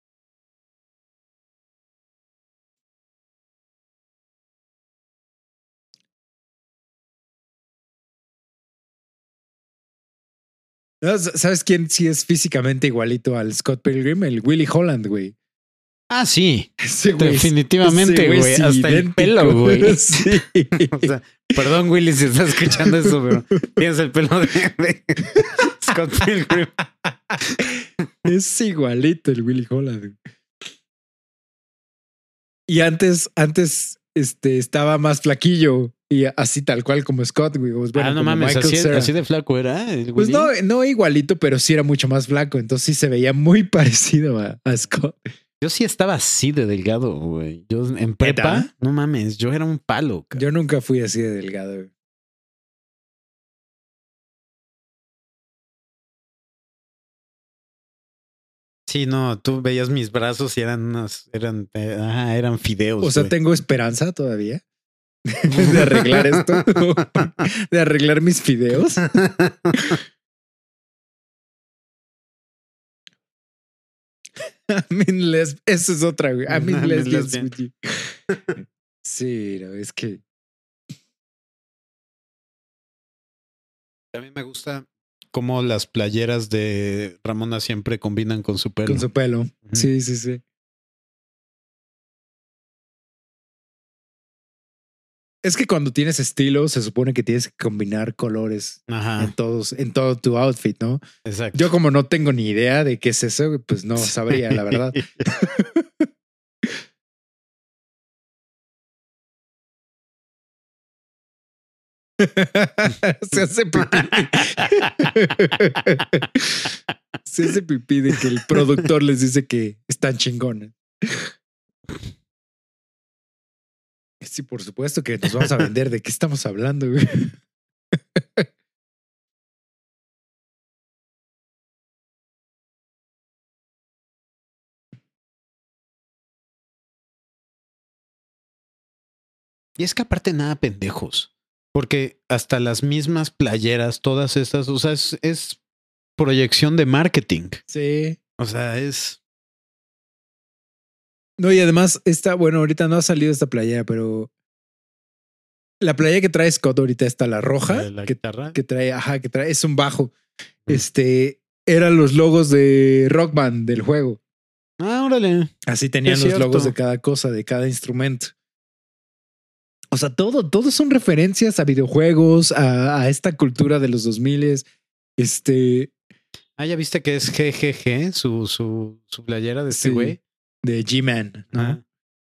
¿Sabes quién sí es físicamente igualito al Scott Pilgrim? El Willie Holland, güey. Ah, sí. Güey, definitivamente, güey. Sí, hasta idéntico. El pelo, güey. Sí. O sea, perdón, Willy, si estás escuchando eso, pero tienes el pelo de Scott Pilgrim. Es igualito el Willie Holland. Y antes estaba más flaquillo y así tal cual como Scott, güey. Pues bueno, no mames, así de flaco era. Pues no igualito, pero sí era mucho más flaco. Entonces sí se veía muy parecido a Scott. Yo sí estaba así de delgado, güey. Yo en prepa, no mames, yo era un palo. Cara. Yo nunca fui así de delgado, güey. Sí, no, tú veías mis brazos y eran fideos. O sea, güey. tengo esperanza todavía de arreglar esto, de arreglar mis fideos. Eso es otra, güey. I mean lesbians with you. Sí, no, es que a mí me gusta cómo las playeras de Ramona siempre combinan con su pelo. Con su pelo. Ujú. Sí, sí, sí. Es que cuando tienes estilo, se supone que tienes que combinar colores Ajá, en todo tu outfit, ¿no? exacto. Yo como no tengo ni idea de qué es eso, pues no sabría, la verdad. Se hace pipí. Se hace pipí de que el productor les dice que están chingones. Sí, por supuesto que nos vamos a vender. ¿De qué estamos hablando, güey? Y es que aparte nada pendejos. Porque hasta las mismas playeras, todas estas, o sea, es proyección de marketing. Sí. O sea, es... No, y además bueno, ahorita no ha salido esta playera, pero la playera que trae Scott ahorita está la roja, la guitarra. que trae, es un bajo. Eran los logos de Rock Band del juego. Ah, órale. Así tenían Es los cierto. logos de cada cosa, de cada instrumento. O sea, todo son referencias a videojuegos, a esta cultura de los 2000. Ah, ya viste que es GGG, su playera de este Sí, güey. de G-Man, ¿no? Ah.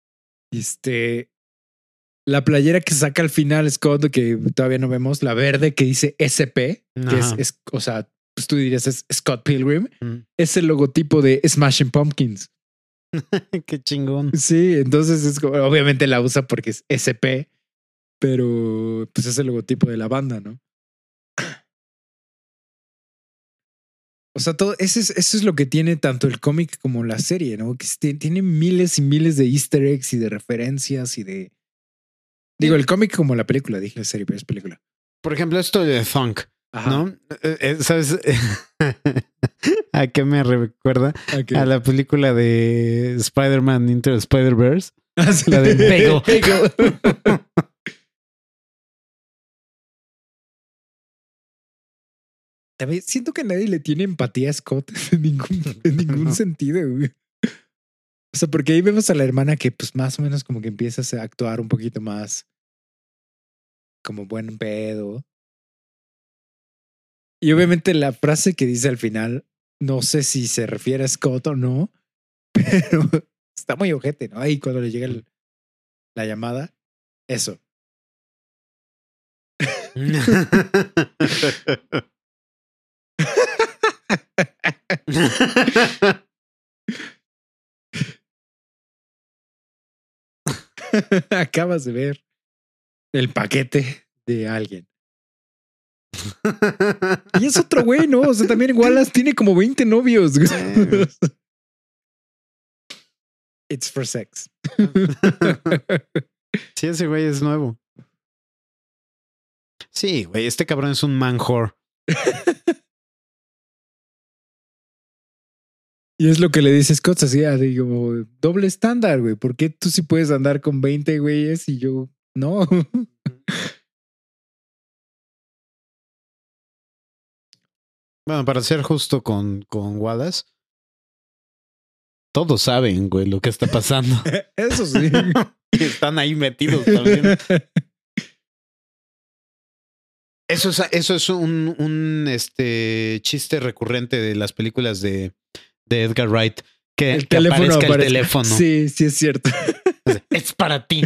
La playera que saca al final Scott, que todavía no vemos, la verde que dice SP, que Ajá. o sea, pues tú dirías es Scott Pilgrim, Mm. es el logotipo de Smashing Pumpkins. Qué chingón. Sí, entonces obviamente la usa porque es SP, pero pues es el logotipo de la banda, ¿no? O sea, eso es lo que tiene tanto el cómic como la serie, ¿no? Que tiene miles y miles de easter eggs y de referencias y de... Digo, el cómic como la película, dije la serie, pero es película. Por ejemplo, esto de Thunk, Ajá. ¿no? ¿Sabes a qué me recuerda? Okay. A la película de Spider-Man Into the Spider-Verse. Sí. La de Bagel. También siento que nadie le tiene empatía a Scott en ningún sentido, güey. O sea, porque ahí vemos a la hermana que pues más o menos como que empieza a actuar un poquito más como buen pedo. Y obviamente la frase que dice al final, no sé si se refiere a Scott o no, pero está muy ojete, ¿no? Ahí cuando le llega la llamada, eso. Acabas de ver el paquete de alguien. Y es otro güey, ¿no? O sea, también Wallace tiene como 20 novios. It's for sex. Sí, ese güey es nuevo. Sí, güey, este cabrón es un man whore. Y es lo que le dice Scott, así, digo, doble estándar, güey. ¿Por qué tú sí puedes andar con 20 güeyes y yo no? Bueno, para ser justo con Wallace, todos saben, güey, lo que está pasando. Eso sí. Están ahí metidos también. Eso es un chiste recurrente de las películas de Edgar Wright. Que aparezca el teléfono. Sí, sí es cierto. Es para ti.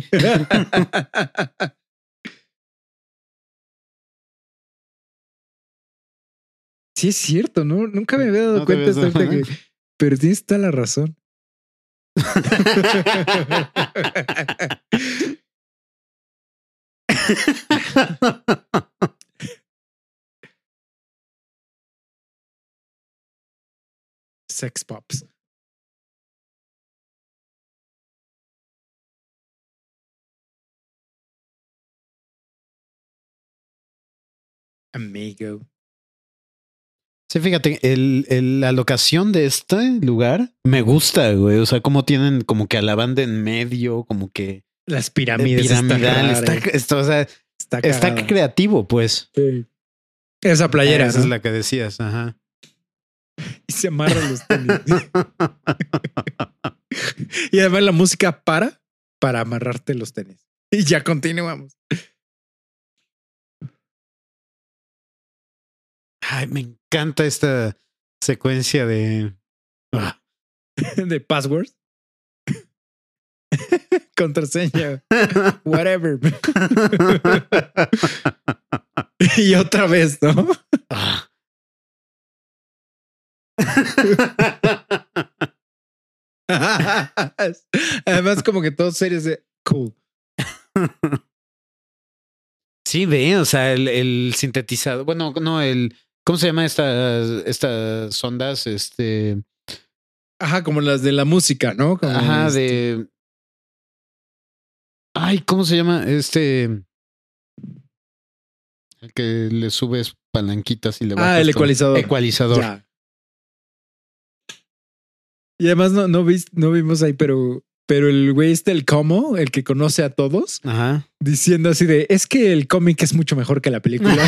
Sí es cierto, ¿no? Nunca me había dado cuenta de que... Pero tienes toda la razón. Sex pops. Amigo. Sí, fíjate, la locación de este lugar me gusta, güey. O sea, como tienen como que a la banda en medio, como que... Las pirámides. Piramidal. Está creativo, pues. Sí. Esa playera, Esa ¿no? es la que decías, ajá. Y se amarra los tenis. Y además la música para amarrarte los tenis. Y ya continuamos. Ay, me encanta esta secuencia de... Ah. De password. Contraseña. Whatever. Y otra vez, ¿no? Ah. Además, como que todos serios de cool. Sí, ve, o sea, el sintetizador. Bueno, no, ¿cómo se llama estas ondas? Ajá, como las de la música, ¿no? Como Ajá, de. Ay, ¿cómo se llama? El que le subes palanquitas y le bajas. el ecualizador. Ecualizador. Ya. Y además no vimos ahí, pero el güey el Como, el que conoce a todos, ajá, diciendo así de, es que el cómic es mucho mejor que la película.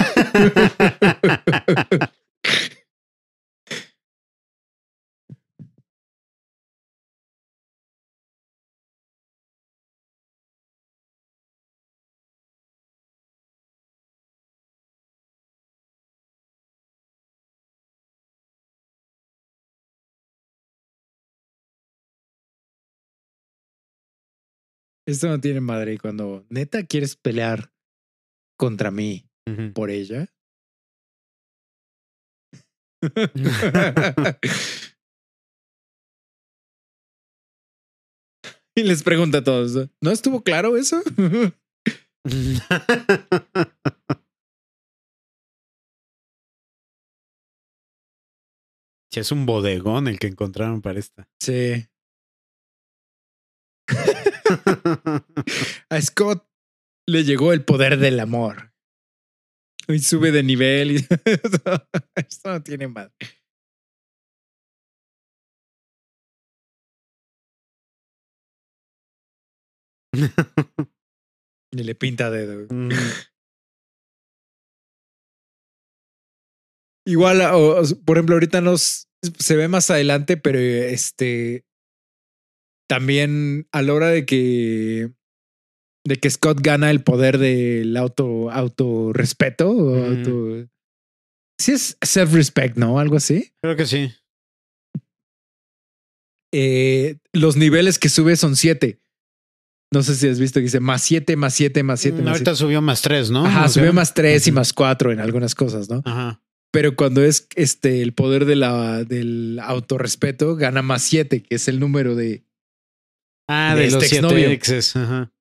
Esto no tiene madre. Y cuando neta quieres pelear contra mí por ella. Y les pregunta a todos, ¿no estuvo claro eso? Sí, es un bodegón el que encontraron para esta. Sí. A Scott le llegó el poder del amor. Y sube de nivel. Y esto no tiene madre. Y le pinta dedo. Igual, por ejemplo, ahorita se ve más adelante, pero también a la hora de que Scott gana el poder del autorrespeto o sí es self-respect, ¿no? Algo así. Creo que sí. Los niveles que sube son 7. No sé si has visto que dice más 7, más 7, más 7. Ahorita subió más 3, ¿no? Ajá, ¿no subió más 3 y uh-huh. más 4 en algunas cosas, ¿no? Ajá. Pero cuando es el poder del autorrespeto, gana más 7, que es el número de de los 7 exes. Ajá.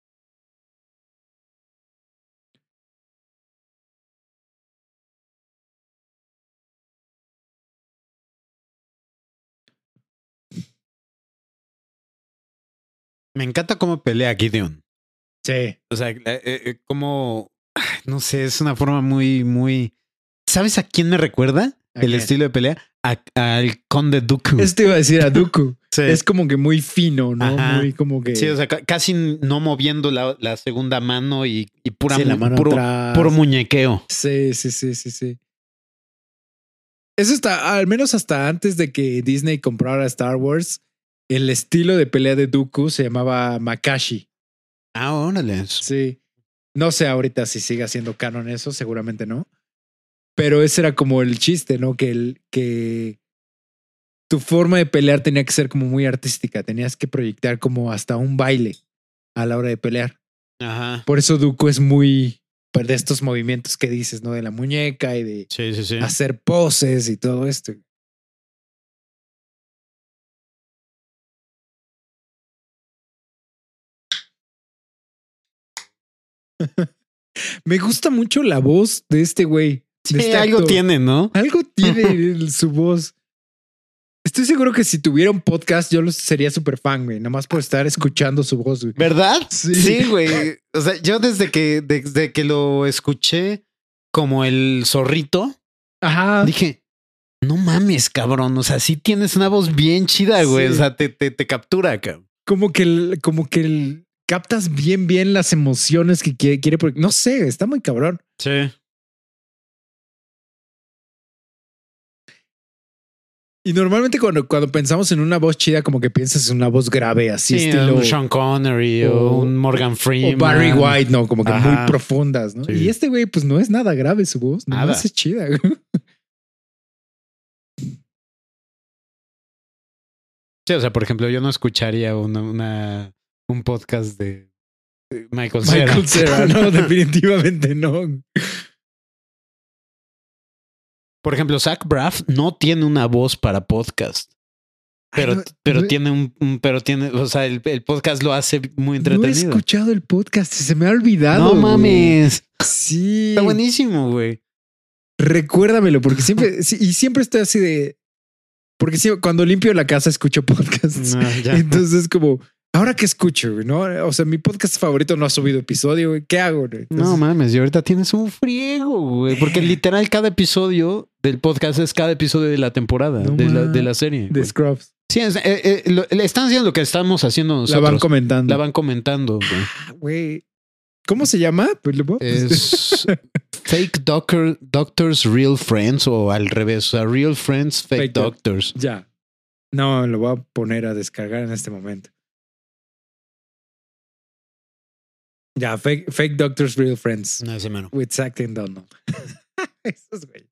Me encanta cómo pelea Gideon. Sí. O sea, como, no sé, es una forma muy, muy... ¿Sabes a quién me recuerda el estilo de pelea? Al Conde Dooku. Esto iba a decir a Dooku. Sí. Es como que muy fino, ¿no? Ajá. Muy como que... Sí, o sea, casi no moviendo la segunda mano y pura, sí, la mano puro muñequeo. Sí. Eso está, al menos hasta antes de que Disney comprara Star Wars, el estilo de pelea de Dooku se llamaba Makashi. Ah, órale. Sí. No sé ahorita si sigue siendo canon eso, seguramente no. Pero ese era como el chiste, ¿no? Que tu forma de pelear tenía que ser como muy artística. Tenías que proyectar como hasta un baile a la hora de pelear. Ajá. Por eso Dooku es muy de estos movimientos que dices, ¿no? De la muñeca y de sí. hacer poses y todo esto. Me gusta mucho la voz de este güey. Sí, algo tiene, ¿no? Algo tiene su voz. Estoy seguro que si tuviera un podcast, yo sería súper fan, güey. Nomás por estar escuchando su voz, güey. ¿Verdad? Sí, güey. O sea, yo desde que lo escuché como el zorrito, ajá, dije, no mames, cabrón. O sea, sí tienes una voz bien chida, güey. Sí. O sea, te captura, cabrón. Como que captas bien las emociones que quiere, porque no sé, está muy cabrón. Sí. Y normalmente cuando pensamos en una voz chida, como que piensas en una voz grave, así Sí, estilo un Sean Connery o un Morgan Freeman. o Barry White, ¿no? Como que Ajá. muy profundas, ¿no? Sí. Y este güey, pues no es nada grave su voz, Nada. nomás es chida. Güey. Sí, o sea, por ejemplo, yo no escucharía un podcast de Michael Michael Cera, no, definitivamente no. Por ejemplo, Zach Braff no tiene una voz para podcast. Pero, Ay, no, pero no, tiene, o sea, el podcast lo hace muy no he entretenido. escuchado el podcast, se me ha olvidado. No güey. mames. Sí. Está buenísimo, güey. Recuérdamelo, porque siempre, sí, y siempre estoy así de. Porque sí, cuando limpio la casa escucho podcasts. No, ya. Entonces, como, ¿ahora qué escucho? Güey? ¿No? O sea, mi podcast favorito no ha subido episodio, güey. ¿Qué hago? Güey? Entonces, No mames, y ahorita tienes un friego, güey. Porque literal cada episodio del podcast es cada episodio de la temporada, No de la serie. de güey. Scrubs. Sí, le están haciendo lo que estamos haciendo nosotros. La van comentando. La van comentando, güey. Güey. ¿Cómo se llama? Pues, Es Fake Doctors, Real Friends o al revés. O sea, Real Friends, Fake Doctors. Ya. No, lo voy a poner a descargar en este momento. Ya, Fake Doctors, Real Friends. No, ese mano. With Zach and Donald. Esos güey.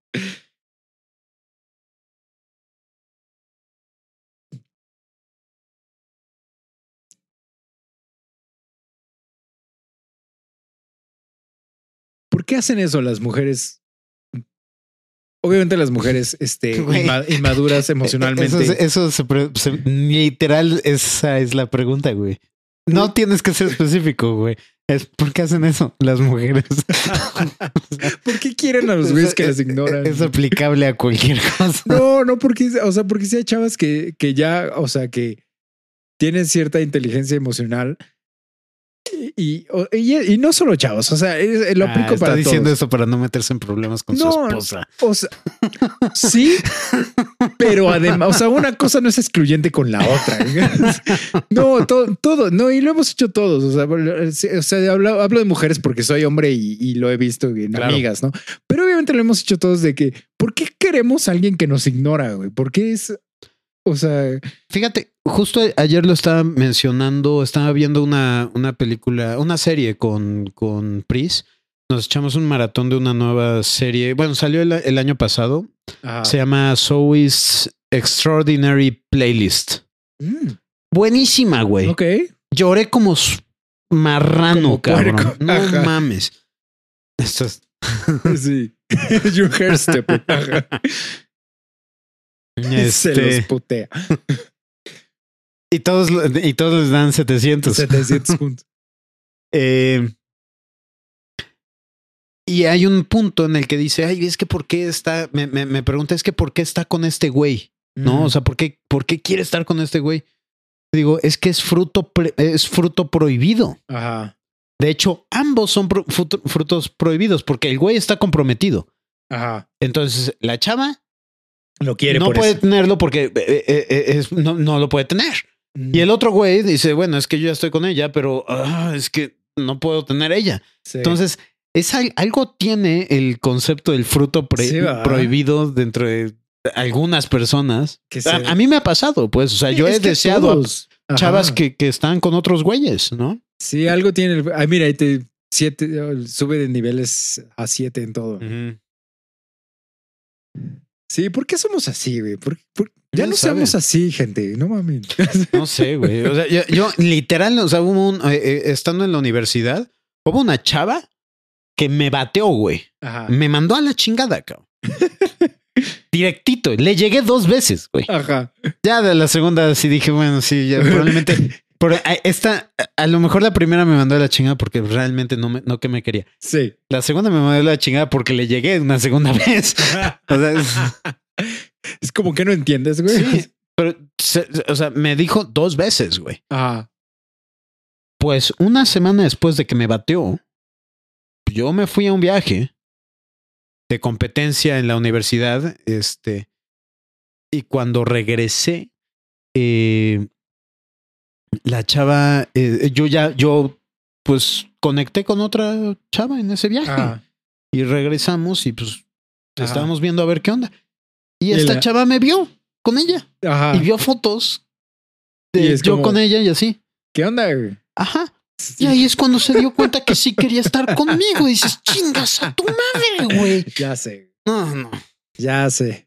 ¿Por qué hacen eso las mujeres? Obviamente las mujeres Güey. inmaduras emocionalmente. Literal, esa es la pregunta, güey. No tienes que ser específico, güey. Es ¿por qué hacen eso las mujeres? ¿Por qué quieren a los güeyes que las ignoran? Es aplicable a cualquier cosa. No, porque, o sea, porque sí hay chavas que ya, o sea, que tienen cierta inteligencia emocional y no solo chavos, o sea, lo aplico está para diciendo todos. eso para no meterse en problemas con su esposa. O sea, sí, pero además, o sea, una cosa no es excluyente con la otra. No, todo, no, y lo hemos hecho todos. O sea, hablo de mujeres porque soy hombre y lo he visto en Claro. amigas, ¿no? Pero obviamente lo hemos hecho todos de que, ¿por qué queremos a alguien que nos ignora, güey? ¿Por qué es, o sea, Fíjate, justo ayer lo estaba mencionando, estaba viendo una película, una serie con Pris. Nos echamos un maratón de una nueva serie. Bueno, salió el año pasado. ajá. Se llama Zoe's Extraordinary Playlist. Buenísima, güey. Ok. Lloré como marrano, Como cabrón. puerco. No Ajá. mames. Esto es... Sí. Your hair step. Ajá. Se los putea. y todos les dan 700. 700 puntos. Y hay un punto en el que dice, ay, es que ¿por qué está? Me pregunta, es que ¿por qué está con este güey? ¿No? O sea, ¿por qué quiere estar con este güey? Digo, es que es fruto prohibido. Ajá. De hecho, ambos son frutos prohibidos porque el güey está comprometido. Ajá. Entonces, la chava Lo quiere no por puede eso. tenerlo porque no lo puede tener. Y el otro güey dice, bueno, es que yo ya estoy con ella, pero es que no puedo tener ella. Sí. Entonces, algo tiene el concepto del fruto Sí, ¿verdad? prohibido dentro de algunas personas. Que A mí me ha pasado, pues. O sea, yo he es que deseado a todos. Ajá. chavas que están con otros güeyes, ¿no? Sí, algo tiene. Ay, mira, ahí sube de niveles a 7 en todo. Sí, ¿por qué somos así, güey? Ya ¿Quién no sabe? seamos así, gente. No mames. No sé, güey. O sea, yo literal, o sea, estando en la universidad, hubo una chava que me bateó, güey. Ajá. Me mandó a la chingada, cabrón. Directito. Le llegué 2 veces, güey. Ajá. Ya de la segunda sí dije, bueno, sí, ya probablemente. Pero a lo mejor la primera me mandó a la chingada porque realmente no que me quería. Sí. La segunda me mandó a la chingada porque le llegué una segunda vez. O sea, Es como que no entiendes, güey. sí, pero, o sea, me dijo 2 veces, güey. Ajá. Pues una semana después de que me bateó, yo me fui a un viaje de competencia en la universidad, y cuando regresé, la chava, yo pues conecté con otra chava en ese viaje. Ajá. Y regresamos y pues Ajá. estábamos viendo a ver qué onda. Y Y esta chava me vio con ella. Ajá. Y vio fotos Y de es yo como, con ella y así. ¿qué onda, güey? Ajá. Y ahí es cuando se dio cuenta que sí quería estar conmigo. Y dices, chingas a tu madre, güey. Ya sé. No. Ya sé.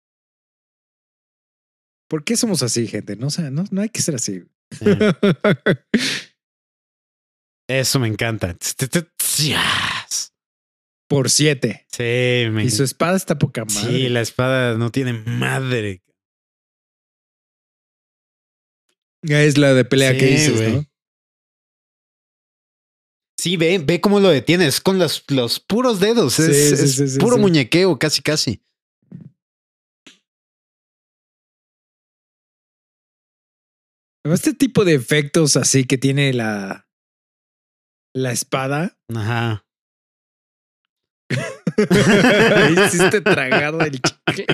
¿Por qué somos así, gente? No, o sea, no hay que ser así. Sí. Eso me encanta. Yes. Por 7. Sí, Y su espada está poca madre. Sí, la espada no tiene madre. Es la de pelea Sí, que dices, güey. ¿no? Sí, ve cómo lo detienes con los puros dedos. Sí, Es puro muñequeo, casi. Este tipo de efectos así que tiene la espada. Ajá. Hiciste tragar del chicle.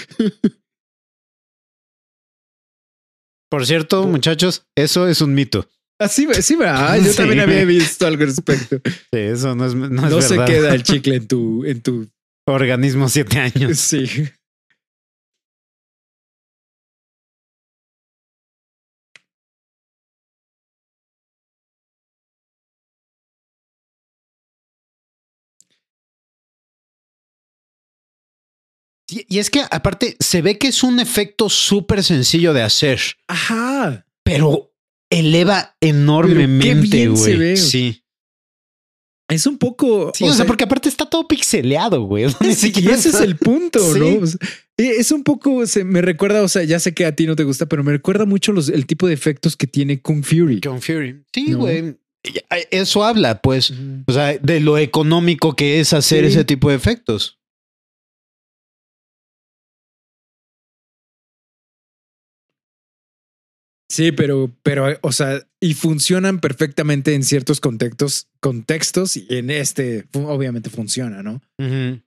Por cierto, muchachos, eso es un mito. Así, sí, ¿verdad? Yo Sí. también había visto algo al respecto. Sí, eso no es No se verdad. queda el chicle en tu Organismo 7 años. Sí. Y es que aparte se ve que es un efecto súper sencillo de hacer. Ajá. Pero eleva enormemente, pero qué bien güey. se ve. Sí. Es un poco. Sí, o sea, porque aparte está todo pixeleado, güey. Y ese es el punto, Sí. ¿no? O sea, es un poco, me recuerda, o sea, ya sé que a ti no te gusta, pero me recuerda mucho el tipo de efectos que tiene Kung Fury. Kung Fury. Sí, ¿No? güey. Eso habla, pues, o sea, de lo económico que es hacer ese tipo de efectos. Sí, pero, o sea, y funcionan perfectamente en ciertos contextos y en este obviamente funciona, ¿no? Uh-huh.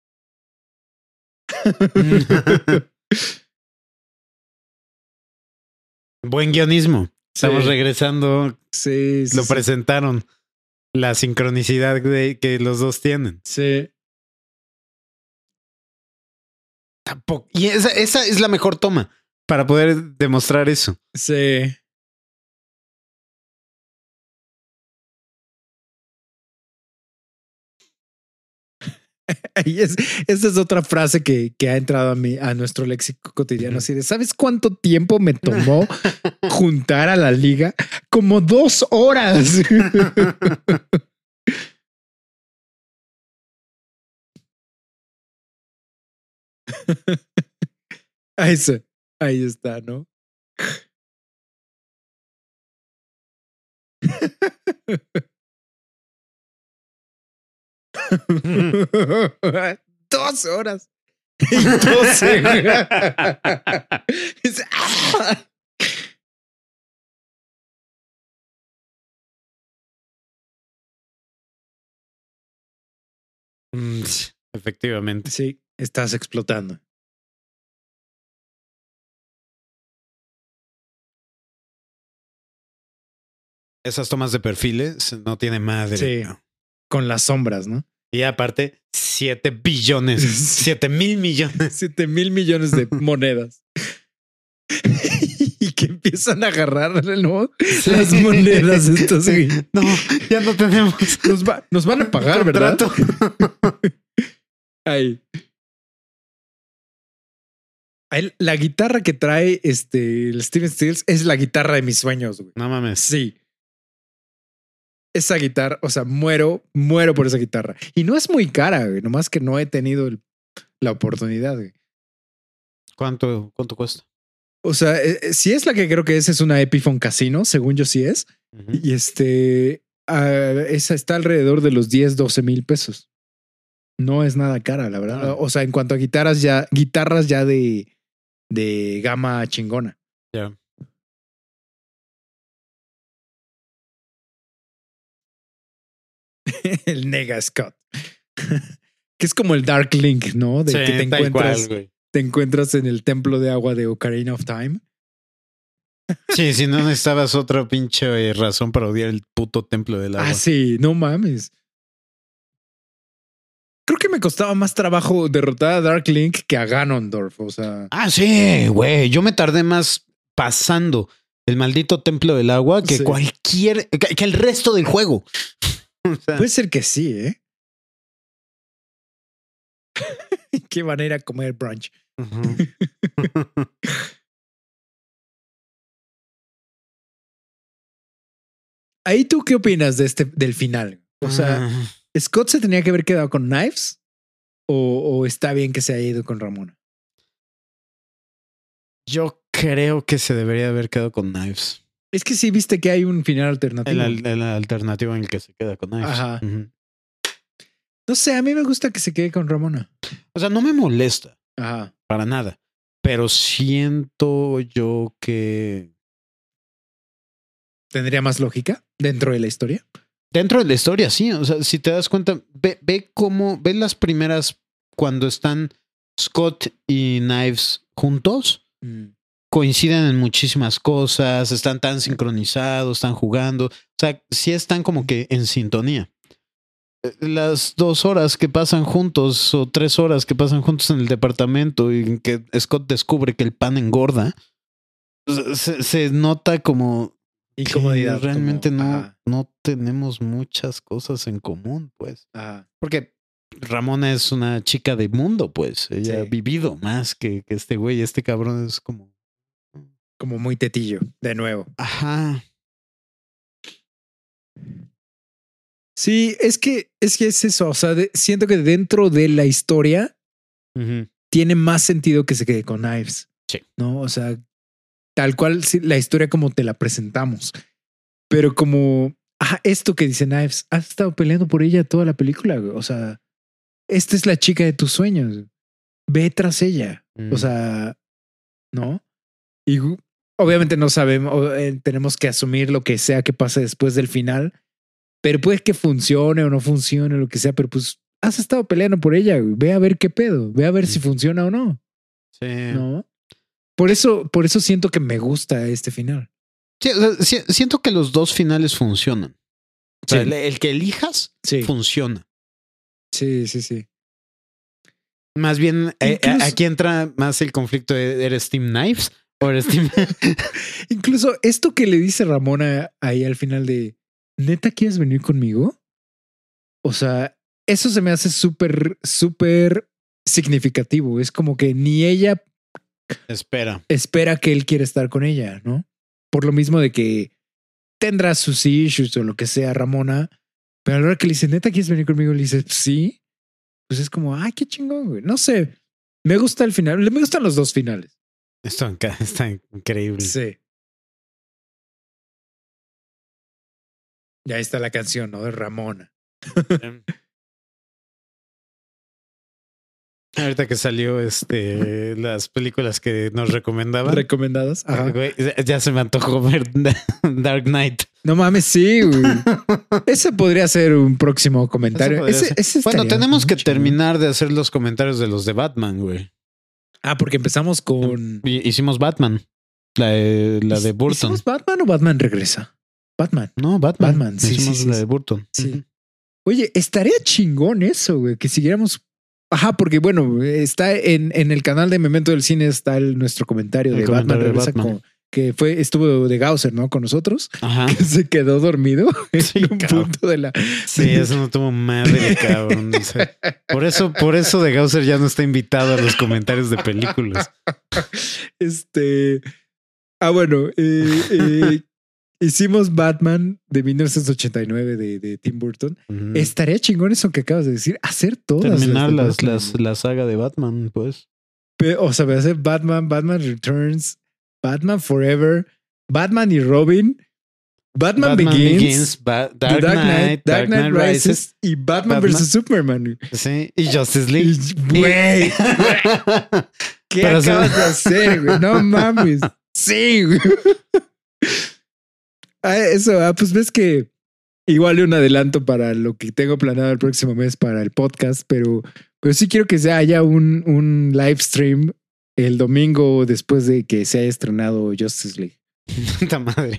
Buen guionismo. Estamos regresando. Sí, Lo presentaron. La sincronicidad que los dos tienen. Sí. Tampoco. Y esa es la mejor toma para poder demostrar eso. Sí. Y esa es otra frase que ha entrado a nuestro léxico cotidiano. Así de, ¿sabes cuánto tiempo me tomó juntar a la liga? Como 2 horas. Ahí está, ¿no? Dos horas. Y 12. Efectivamente. Sí, estás explotando. Esas tomas de perfiles no tienen madre. Sí, ¿no? Con las sombras, ¿no? Y aparte, 7 billones, 7,000 millones. 7,000 millones de monedas. Y que empiezan a agarrar, ¿no? Sí. Las monedas estas. No, ya no tenemos. Nos van a pagar, ¿verdad? Ahí. La guitarra que trae el Steven Stills es la guitarra de mis sueños, güey. No mames. Sí. Esa guitarra, o sea, muero por esa guitarra. Y no es muy cara, güey. Nomás que no he tenido la oportunidad, güey. ¿Cuánto cuesta? O sea, si es la que creo que es una Epiphone Casino, según yo sí es. Uh-huh. Y esa está alrededor de los 10, 12 mil pesos. No es nada cara, la verdad. O sea, en cuanto a guitarras ya de gama chingona. Ya. Yeah. El Nega Scott. Que es como el Dark Link, ¿no? De que te encuentras en el templo de agua de Ocarina of Time. Sí, si no necesitabas otra pinche razón para odiar el puto templo del agua. Ah, sí, no mames. Creo que me costaba más trabajo derrotar a Dark Link que a Ganondorf. O sea, Sí, güey. Yo me tardé más pasando el maldito templo del agua que Sí. que el resto del juego. O sea, puede ser que sí, ¿eh? Qué van a ir a comer brunch. ujú. Ahí tú qué opinas del final? O sea, Ah, ¿Scott se tenía que haber quedado con Knives? ¿O está bien que se haya ido con Ramona? yo creo que se debería haber quedado con Knives. Es que sí viste que hay un final alternativo. El alternativo en el que se queda con Knives. Ajá. Ujú. No sé, a mí me gusta que se quede con Ramona. O sea, no me molesta Ajá. para nada. Pero siento yo que ¿Tendría más lógica dentro de la historia? dentro de la historia, sí. O sea, si te das cuenta, ve las primeras cuando están Scott y Knives juntos. Coinciden en muchísimas cosas, están tan sincronizados, están jugando. O sea, sí están como que en sintonía. Las 2 horas que pasan juntos o 3 horas que pasan juntos en el departamento y que Scott descubre que el pan engorda, se nota como Incomodidad. que realmente como, no tenemos muchas cosas en común, pues. ajá. Porque Ramona es una chica de mundo, pues. Ella ha Sí. vivido más que este güey. Este cabrón es como... Como muy tetillo, de nuevo. Ajá. Sí, es que es eso. O sea, siento que dentro de la historia Ujú. tiene más sentido que se quede con Knives. Sí. No, o sea, tal cual sí, la historia como te la presentamos. Pero como esto que dice Knives, has estado peleando por ella toda la película. Güey. O sea, esta es la chica de tus sueños. Ve tras ella. O sea, ¿no? Y obviamente no sabemos, tenemos que asumir lo que sea que pase después del final, pero puede que funcione o no funcione, lo que sea, pero pues has estado peleando por ella, güey. Ve a ver qué pedo, ve a ver si funciona o no. Sí. ¿No? Por eso siento que me gusta este final. Sí, o sea, siento que los dos finales funcionan. O sea, Sí. el que elijas Sí. funciona. Sí, sí, sí. Más bien, Incluso- aquí entra más el conflicto de ¿eres Team Knives o eres Team... Incluso esto que le dice Ramona ahí al final de, ¿neta quieres venir conmigo? O sea, eso se me hace súper, súper significativo. Es como que ni ella Espera. espera que él quiera estar con ella, ¿no? Por lo mismo de que tendrá sus issues o lo que sea, Ramona. Pero a la hora que le dice, ¿neta quieres venir conmigo? Le dice, sí. Pues es como, ay, qué chingón, güey. No sé. Me gusta el final. Me gustan los dos finales. Esto está increíble. Sí. Y ahí está la canción, ¿no? De Ramona. Ahorita que salió las películas que nos recomendaban. ¿Recomendadas? Ajá. Güey, ya se me antojó ver Dark Knight. No mames, sí, güey. Ese podría ser un próximo comentario. Eso podría ser. Bueno, estaría tenemos que muy chingón. terminar de hacer los comentarios de los de Batman, güey. Porque empezamos con... Hicimos Batman. La de Burton. ¿Hicimos Batman o Batman regresa? Batman. No, Batman. Batman, sí, Hicimos sí, la sí. de Burton. Sí. Ujú. Oye, estaría chingón eso, güey, que siguiéramos. Porque bueno, está en el canal de Memento del Cine está nuestro comentario El de comentario Batman de regresa Batman. que estuvo de Gausser, ¿no? Con nosotros, Ajá. que se quedó dormido Sí, en un cabrón. punto de la. Sí, eso no tuvo madre, cabrón. O sea, por eso de Gausser ya no está invitado a los comentarios de películas. Bueno, hicimos Batman de 1989 de Tim Burton. Ujú. Estaría chingón eso que acabas de decir, hacer todas. Terminar las de Batman, güey. la saga de Batman, pues. O sea, voy a hacer Batman, Batman Returns, Batman Forever, Batman y Robin, Batman Begins, Dark The Knight, Dark Knight Rises y Batman Batman. vs. Superman. Sí, y Justice League. Güey, ¿qué Pero acabas de hacer, güey? No mames. Sí, güey. Eso, pues ves que igual un adelanto para lo que tengo planeado el próximo mes para el podcast, pero sí quiero que haya un live stream el domingo después de que se haya estrenado Justice League. Puta madre.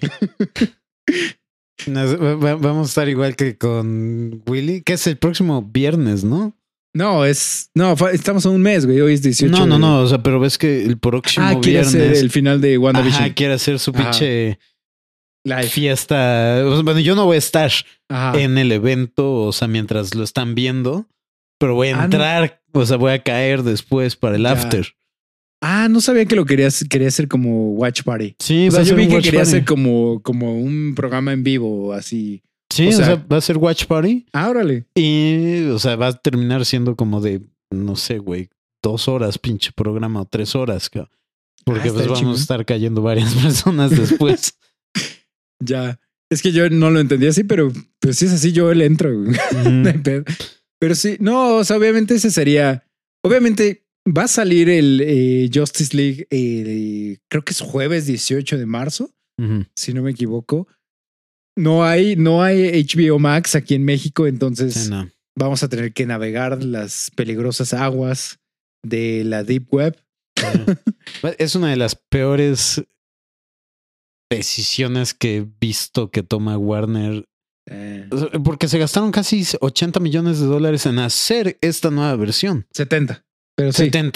Vamos a estar igual que con Willy, que es el próximo viernes, ¿no? No, estamos a un mes, güey. Hoy es 18. No. O sea, pero ves que el próximo quiere viernes. hacer el final de WandaVision. Quiere hacer su pinche live fiesta. Bueno, yo no voy a estar Ajá. en el evento, o sea, mientras lo están viendo, pero voy a entrar, o sea, voy a caer después para el after. No sabía que lo quería hacer como watch party. Sí, o sea, yo vi que quería hacer como un programa en vivo, así. Sí, o sea, va a ser watch party. Órale. Y, o sea, va a terminar siendo como de, no sé, güey, 2 horas pinche programa o 3 horas, porque pues vamos a estar cayendo varias personas después. Ya. Es que yo no lo entendía así, pero pues si es así, yo le entro. Pero sí, no, o sea, obviamente ese sería. Obviamente va a salir el Justice League, creo que es jueves 18 de marzo, si no me equivoco. No hay HBO Max aquí en México, entonces vamos a tener que navegar las peligrosas aguas de la Deep Web. Es una de las peores decisiones que he visto que toma Warner. Porque se gastaron casi $80 millones en hacer esta nueva versión. 70. Pero 70.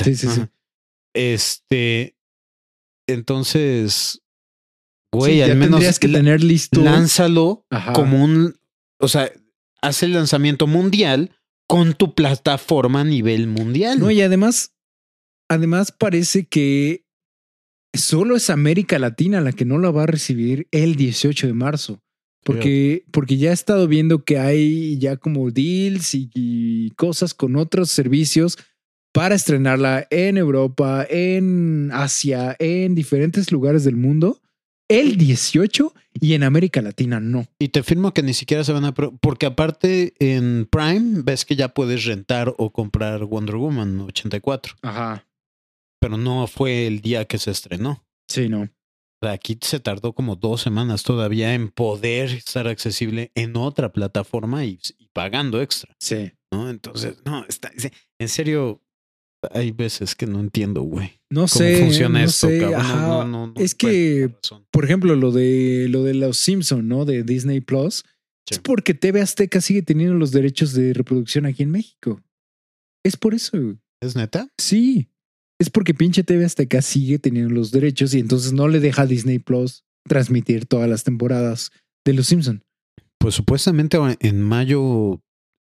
Sí. Entonces, güey, al menos tendrías que tener listo. Lánzalo como o sea, haz el lanzamiento mundial con tu plataforma a nivel mundial. No, y además parece que solo es América Latina la que no la va a recibir el 18 de marzo. Porque ya he estado viendo que hay ya como deals y cosas con otros servicios para estrenarla en Europa, en Asia, en diferentes lugares del mundo. El 18 y en América Latina no. Y te firmo que ni siquiera se van a... Porque aparte en Prime ves que ya puedes rentar o comprar Wonder Woman 84. Ajá. Pero no fue el día que se estrenó. Sí, no. Aquí se tardó como 2 semanas todavía en poder estar accesible en otra plataforma y pagando extra. Sí. ¿No? Entonces, en serio, hay veces que no entiendo, güey. No sé. ¿Cómo funciona esto, sé. cabrón? No, es que, por ejemplo, lo de los Simpson, ¿no? De Disney Plus. Sí. Es porque TV Azteca sigue teniendo los derechos de reproducción aquí en México. Es por eso. ¿Es neta? Sí. Es porque pinche TV Azteca sigue teniendo los derechos y entonces no le deja a Disney Plus transmitir todas las temporadas de Los Simpson. Pues supuestamente en mayo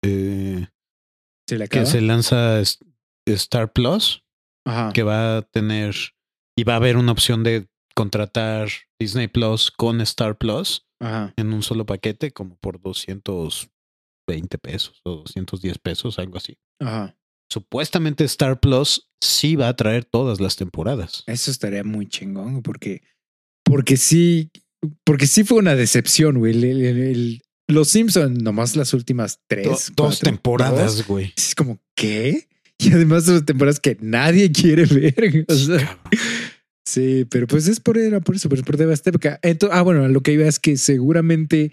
¿Se le acaba? que se lanza Star Plus, Ajá. que va a tener y va a haber una opción de contratar Disney Plus con Star Plus. Ajá. En un solo paquete, como por 220 pesos o 210 pesos, algo así. Ajá. Supuestamente Star Plus sí va a traer todas las temporadas. Eso estaría muy chingón porque sí fue una decepción, güey. Los Simpson, nomás las últimas 2 temporadas, güey. Es como, ¿qué? Y además son temporadas que nadie quiere ver. O sea, sí, pero pues era por eso, pero es por TV Azteca. Bueno, lo que iba es que seguramente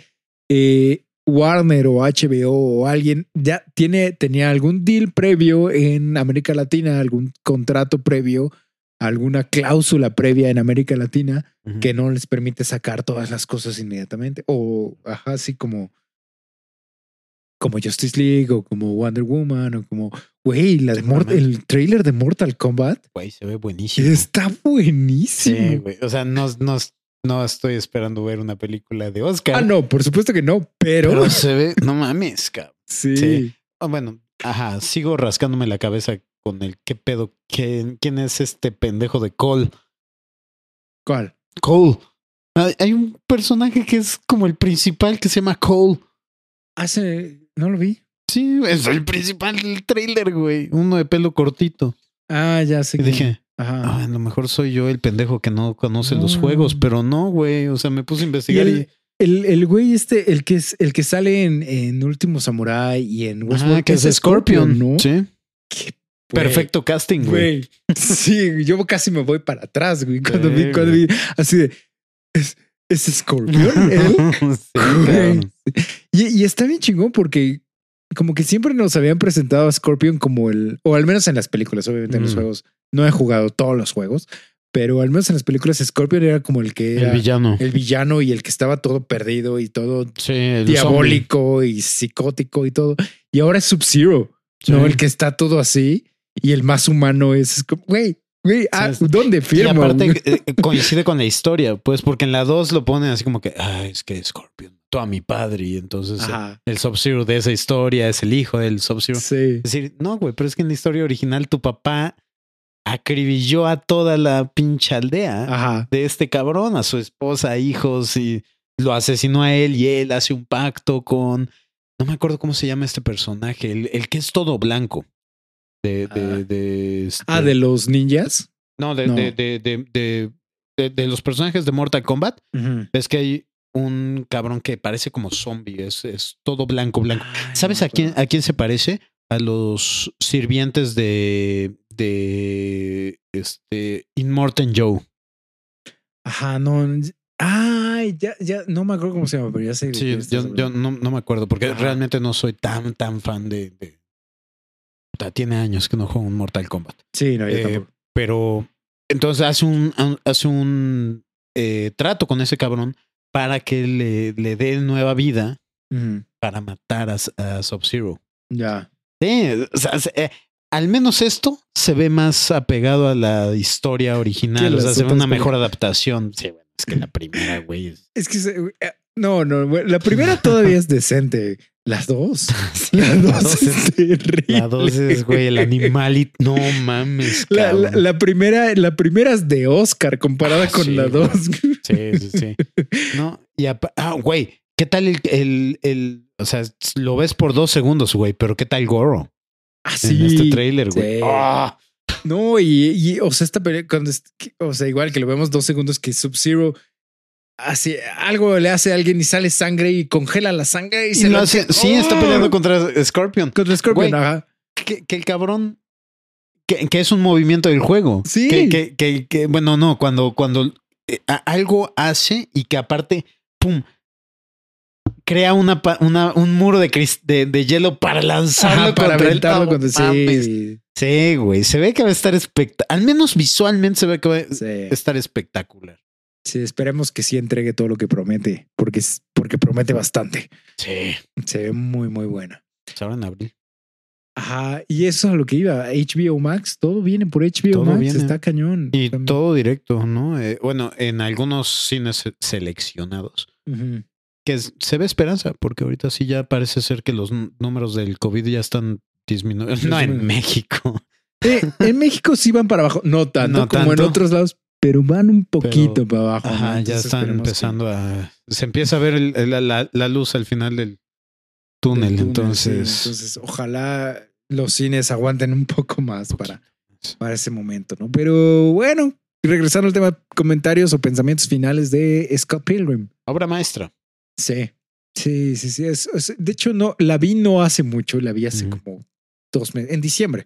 Warner o HBO o alguien ya tenía algún deal previo en América Latina, algún contrato previo, alguna cláusula previa en América Latina que no les permite sacar todas las cosas inmediatamente. O así como Justice League o como Wonder Woman o como, güey, el trailer de Mortal Kombat. Güey, se ve buenísimo. Está buenísimo. Sí, güey. O sea, no estoy esperando ver una película de Oscar. No, por supuesto que no, pero se ve, no mames, cabrón. Sí. Bueno, sigo rascándome la cabeza con el qué pedo, quién es este pendejo de Cole. ¿Cuál? Cole. Hay un personaje que es como el principal que se llama Cole. ¿No lo vi? Sí, es el principal del trailer, güey. Uno de pelo cortito. Ya sé. Y dije, a lo mejor soy yo el pendejo que no conoce los juegos, pero no, güey. O sea, me puse a investigar el güey el que sale en Último Samurai y en Westworld, que es Scorpion, ¿no? Sí. Perfecto casting, güey. Sí, yo casi me voy para atrás, güey. Cuando vi así de... ¿Es Scorpion él? Sí, y está bien chingón porque como que siempre nos habían presentado a Scorpion como o al menos en las películas, obviamente en los juegos. No he jugado todos los juegos, pero al menos en las películas Scorpion era como el que era el villano y el que estaba todo perdido y todo diabólico zombie y psicótico y todo. Y ahora es Sub-Zero. No, Sí. el que está todo así y el más humano es como, güey, ¿dónde Y firmo? aparte coincide con la historia, pues, porque en la 2 lo ponen así como que, es que Scorpion mató a mi padre y entonces Ajá. el Sub-Zero de esa historia es el hijo del Sub-Zero. Sí. Es decir, no, güey, pero es que en la historia original tu papá acribilló a toda la pinche aldea Ajá. de este cabrón, a su esposa, hijos, y lo asesinó a él y él hace un pacto con... No me acuerdo cómo se llama este personaje, el que es todo blanco. De los ninjas. No, No. de los personajes de Mortal Kombat. Ujú. Es que hay un cabrón que parece como zombie, es todo blanco. Ay, ¿Sabes no a quién se parece? A los sirvientes de Immortan Joe. Ajá, no. Ay, ya no me acuerdo cómo se llama, pero ya sé. de Sí, quién estás yo hablando. no me acuerdo porque Ajá. realmente no soy tan fan de... Tiene años que no juego un Mortal Kombat. Sí, no, yo tampoco. Pero entonces hace un trato con ese cabrón para que le dé nueva vida Ujú. para matar a Sub-Zero. Ya. Sí, o sea, al menos esto se ve más apegado a la historia Que original. O sea, las se ve otras una mejor películas. adaptación. Sí, bueno, es que la primera, güey. Es que no, güey, la primera todavía es decente. Las dos. Sí, La la dos dos es terrible. La 2 es, güey, el animal y no mames. La primera es de Oscar comparada con sí, la güey. 2. Sí. No, y güey, ¿qué tal o sea, lo ves por 2 segundos, güey, pero ¿qué tal Goro? Así. En este tráiler, güey. Sí. ¡Ah! No, o sea, esta pelea, o sea, igual que lo vemos 2 segundos que Sub-Zero así algo le hace a alguien y sale sangre y congela la sangre y se lo lo hace. Sí, está peleando contra Scorpion. contra Scorpion. Güey, Ajá. que el cabrón. Que es un movimiento del juego. Sí. Que bueno, no, cuando algo hace y que aparte, pum, crea un muro de hielo para lanzarlo Ajá, para contra aventarlo el contra sí. Sí, güey. Se ve que va a estar espectacular. Al menos visualmente se ve que va a Sí. estar espectacular. Sí, esperemos que sí entregue todo lo que promete, porque promete bastante. Sí. Se ve muy, muy buena. Pues ahora en abril. Ajá, y eso es a lo que iba. HBO Max, todo viene por HBO Todo Max, viene. está cañón. Y todo directo, ¿no? Bueno, en algunos cines seleccionados. Ujú. Que se ve esperanza, porque ahorita sí ya parece ser que los números del COVID ya están disminuyendo. No en México. En México sí van para abajo, no tanto No como tanto. en otros lados, pero van un poquito para abajo. Ajá, ¿no? ya están esperemos empezando se empieza a ver la luz al final del túnel. Entonces, sí. Entonces, ojalá los cines aguanten un poco más para ese momento, ¿no? Pero bueno, regresando al tema, comentarios o pensamientos finales de Scott Pilgrim. Obra maestra. Sí. De hecho, la vi no hace mucho, la vi hace como 2 meses, en diciembre.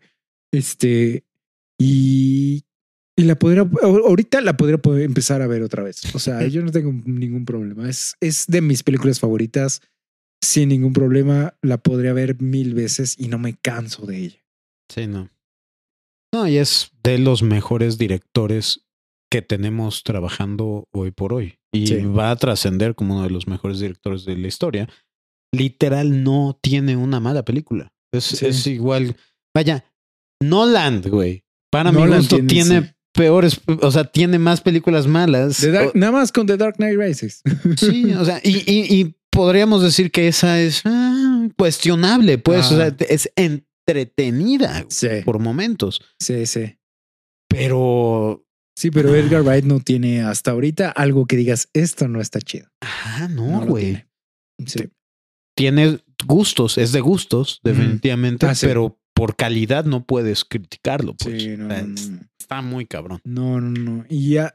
Y ahorita la podría poder empezar a ver otra vez. O sea, yo no tengo ningún problema. Es de mis películas favoritas. Sin ningún problema, la podría ver 1000 veces y no me canso de ella. Sí, no. No, y es de los mejores directores que tenemos trabajando hoy por hoy. Y va a trascender como uno de los mejores directores de la historia. Literal, no tiene una mala película. Es igual. Vaya, Nolan, güey. Para mi gusto tiene peores, o sea, tiene más películas malas. Nada más con The Dark Knight Rises. Sí, o sea, y podríamos decir que esa es cuestionable, pues, o sea, es entretenida por momentos. Sí. Pero... Sí, pero Edgar Wright no tiene hasta ahorita algo que digas, esto no está chido. No, güey. Sí. Tiene gustos, es de gustos, definitivamente, pero por calidad no puedes criticarlo, pues. Sí, no. Está muy cabrón. No. Y ya,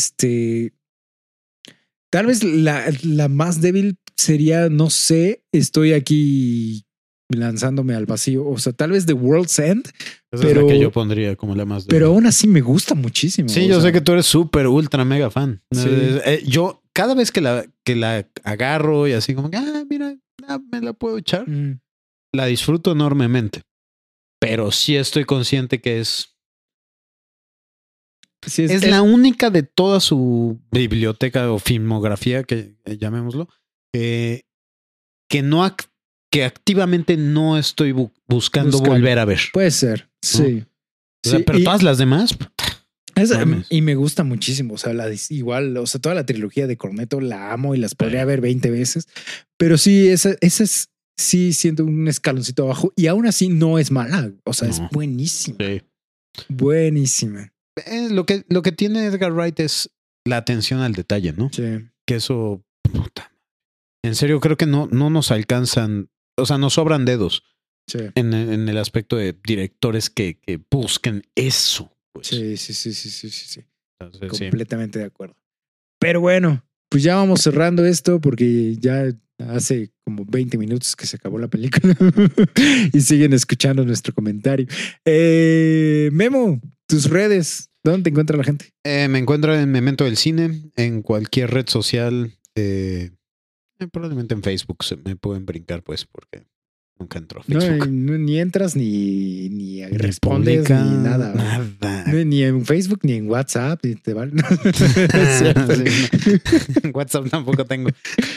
tal vez la más débil sería, no sé, estoy aquí lanzándome al vacío. O sea, tal vez The World's End. Esa es la que yo pondría como la más débil. Pero aún así me gusta muchísimo. Sí, yo sé que tú eres súper, ultra, mega fan. Sí. Yo cada vez que la agarro y así como que, mira, me la puedo echar, la disfruto enormemente. Pero sí estoy consciente que es la única de toda su biblioteca o filmografía, que llamémoslo, que que activamente no estoy buscando Buscar. volver a ver. Puede ser, sí. O sea, Sí, pero y- todas las demás, mames. y me gusta muchísimo. O sea, igual, o sea, toda la trilogía de Cornetto la amo y las podría ver 20 veces. Pero sí, esa es sí siento un escaloncito abajo y aún así no es mala. O sea, es No. buenísima. Sí. Buenísima. Lo que tiene Edgar Wright es la atención al detalle, ¿no? Sí. Que eso, puta. En serio, creo que no nos alcanzan, o sea, nos sobran dedos Sí. en el aspecto de directores que busquen eso. Pues. Sí. Entonces, sí. Completamente de acuerdo. Pero bueno, pues ya vamos cerrando esto porque ya hace como 20 minutos que se acabó la película y siguen escuchando nuestro comentario. Memo, tus redes, ¿dónde te encuentra la gente? Me encuentro en Memento del Cine, en cualquier red social, probablemente en Facebook se me pueden brincar, pues, porque nunca entro a No, Facebook. ni entras ni respondes publica, ni nada. Nada. Ni en Facebook ni en WhatsApp ni te vale. Es cierto. Sí, no. WhatsApp tampoco tengo.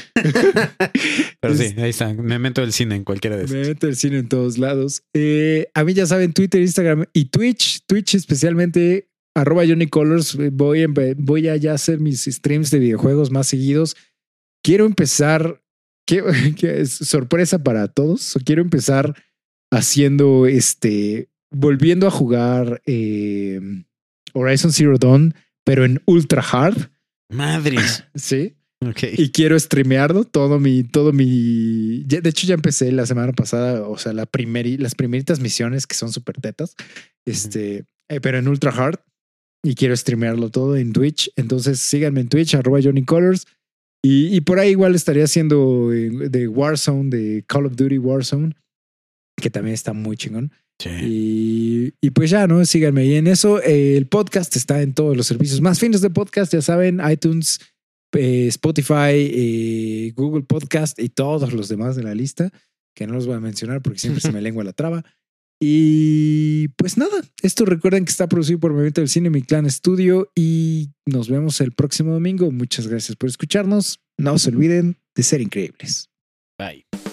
Pero sí, ahí está. Memento del Cine en cualquiera de Me esas. meto el cine en todos lados. A mí ya saben, Twitter, Instagram y Twitch especialmente @JohnnyColors. Voy a ya hacer mis streams de videojuegos más seguidos. Quiero empezar, que es sorpresa para todos. Quiero empezar haciendo volviendo a jugar Horizon Zero Dawn, pero en ultra hard. Madres. Sí. Okay. Y quiero streamearlo, todo mi. De hecho, ya empecé la semana pasada, o sea, las primeritas misiones que son súper tetas, pero en ultra hard, y quiero streamearlo todo en Twitch. Entonces síganme en Twitch, @JohnnyColors. Y por ahí igual estaría haciendo de Warzone, de Call of Duty Warzone, que también está muy chingón. Sí. Y pues ya, ¿no? Síganme. Y en eso, el podcast está en todos los servicios más finos de podcast, ya saben, iTunes, Spotify, Google Podcast y todos los demás de la lista, que no los voy a mencionar porque siempre se me lengua la traba. Y pues nada, esto recuerden que está producido por Memento del Cine, mi clan Studio, y nos vemos el próximo domingo. Muchas gracias por escucharnos. No se olviden de ser increíbles. Bye.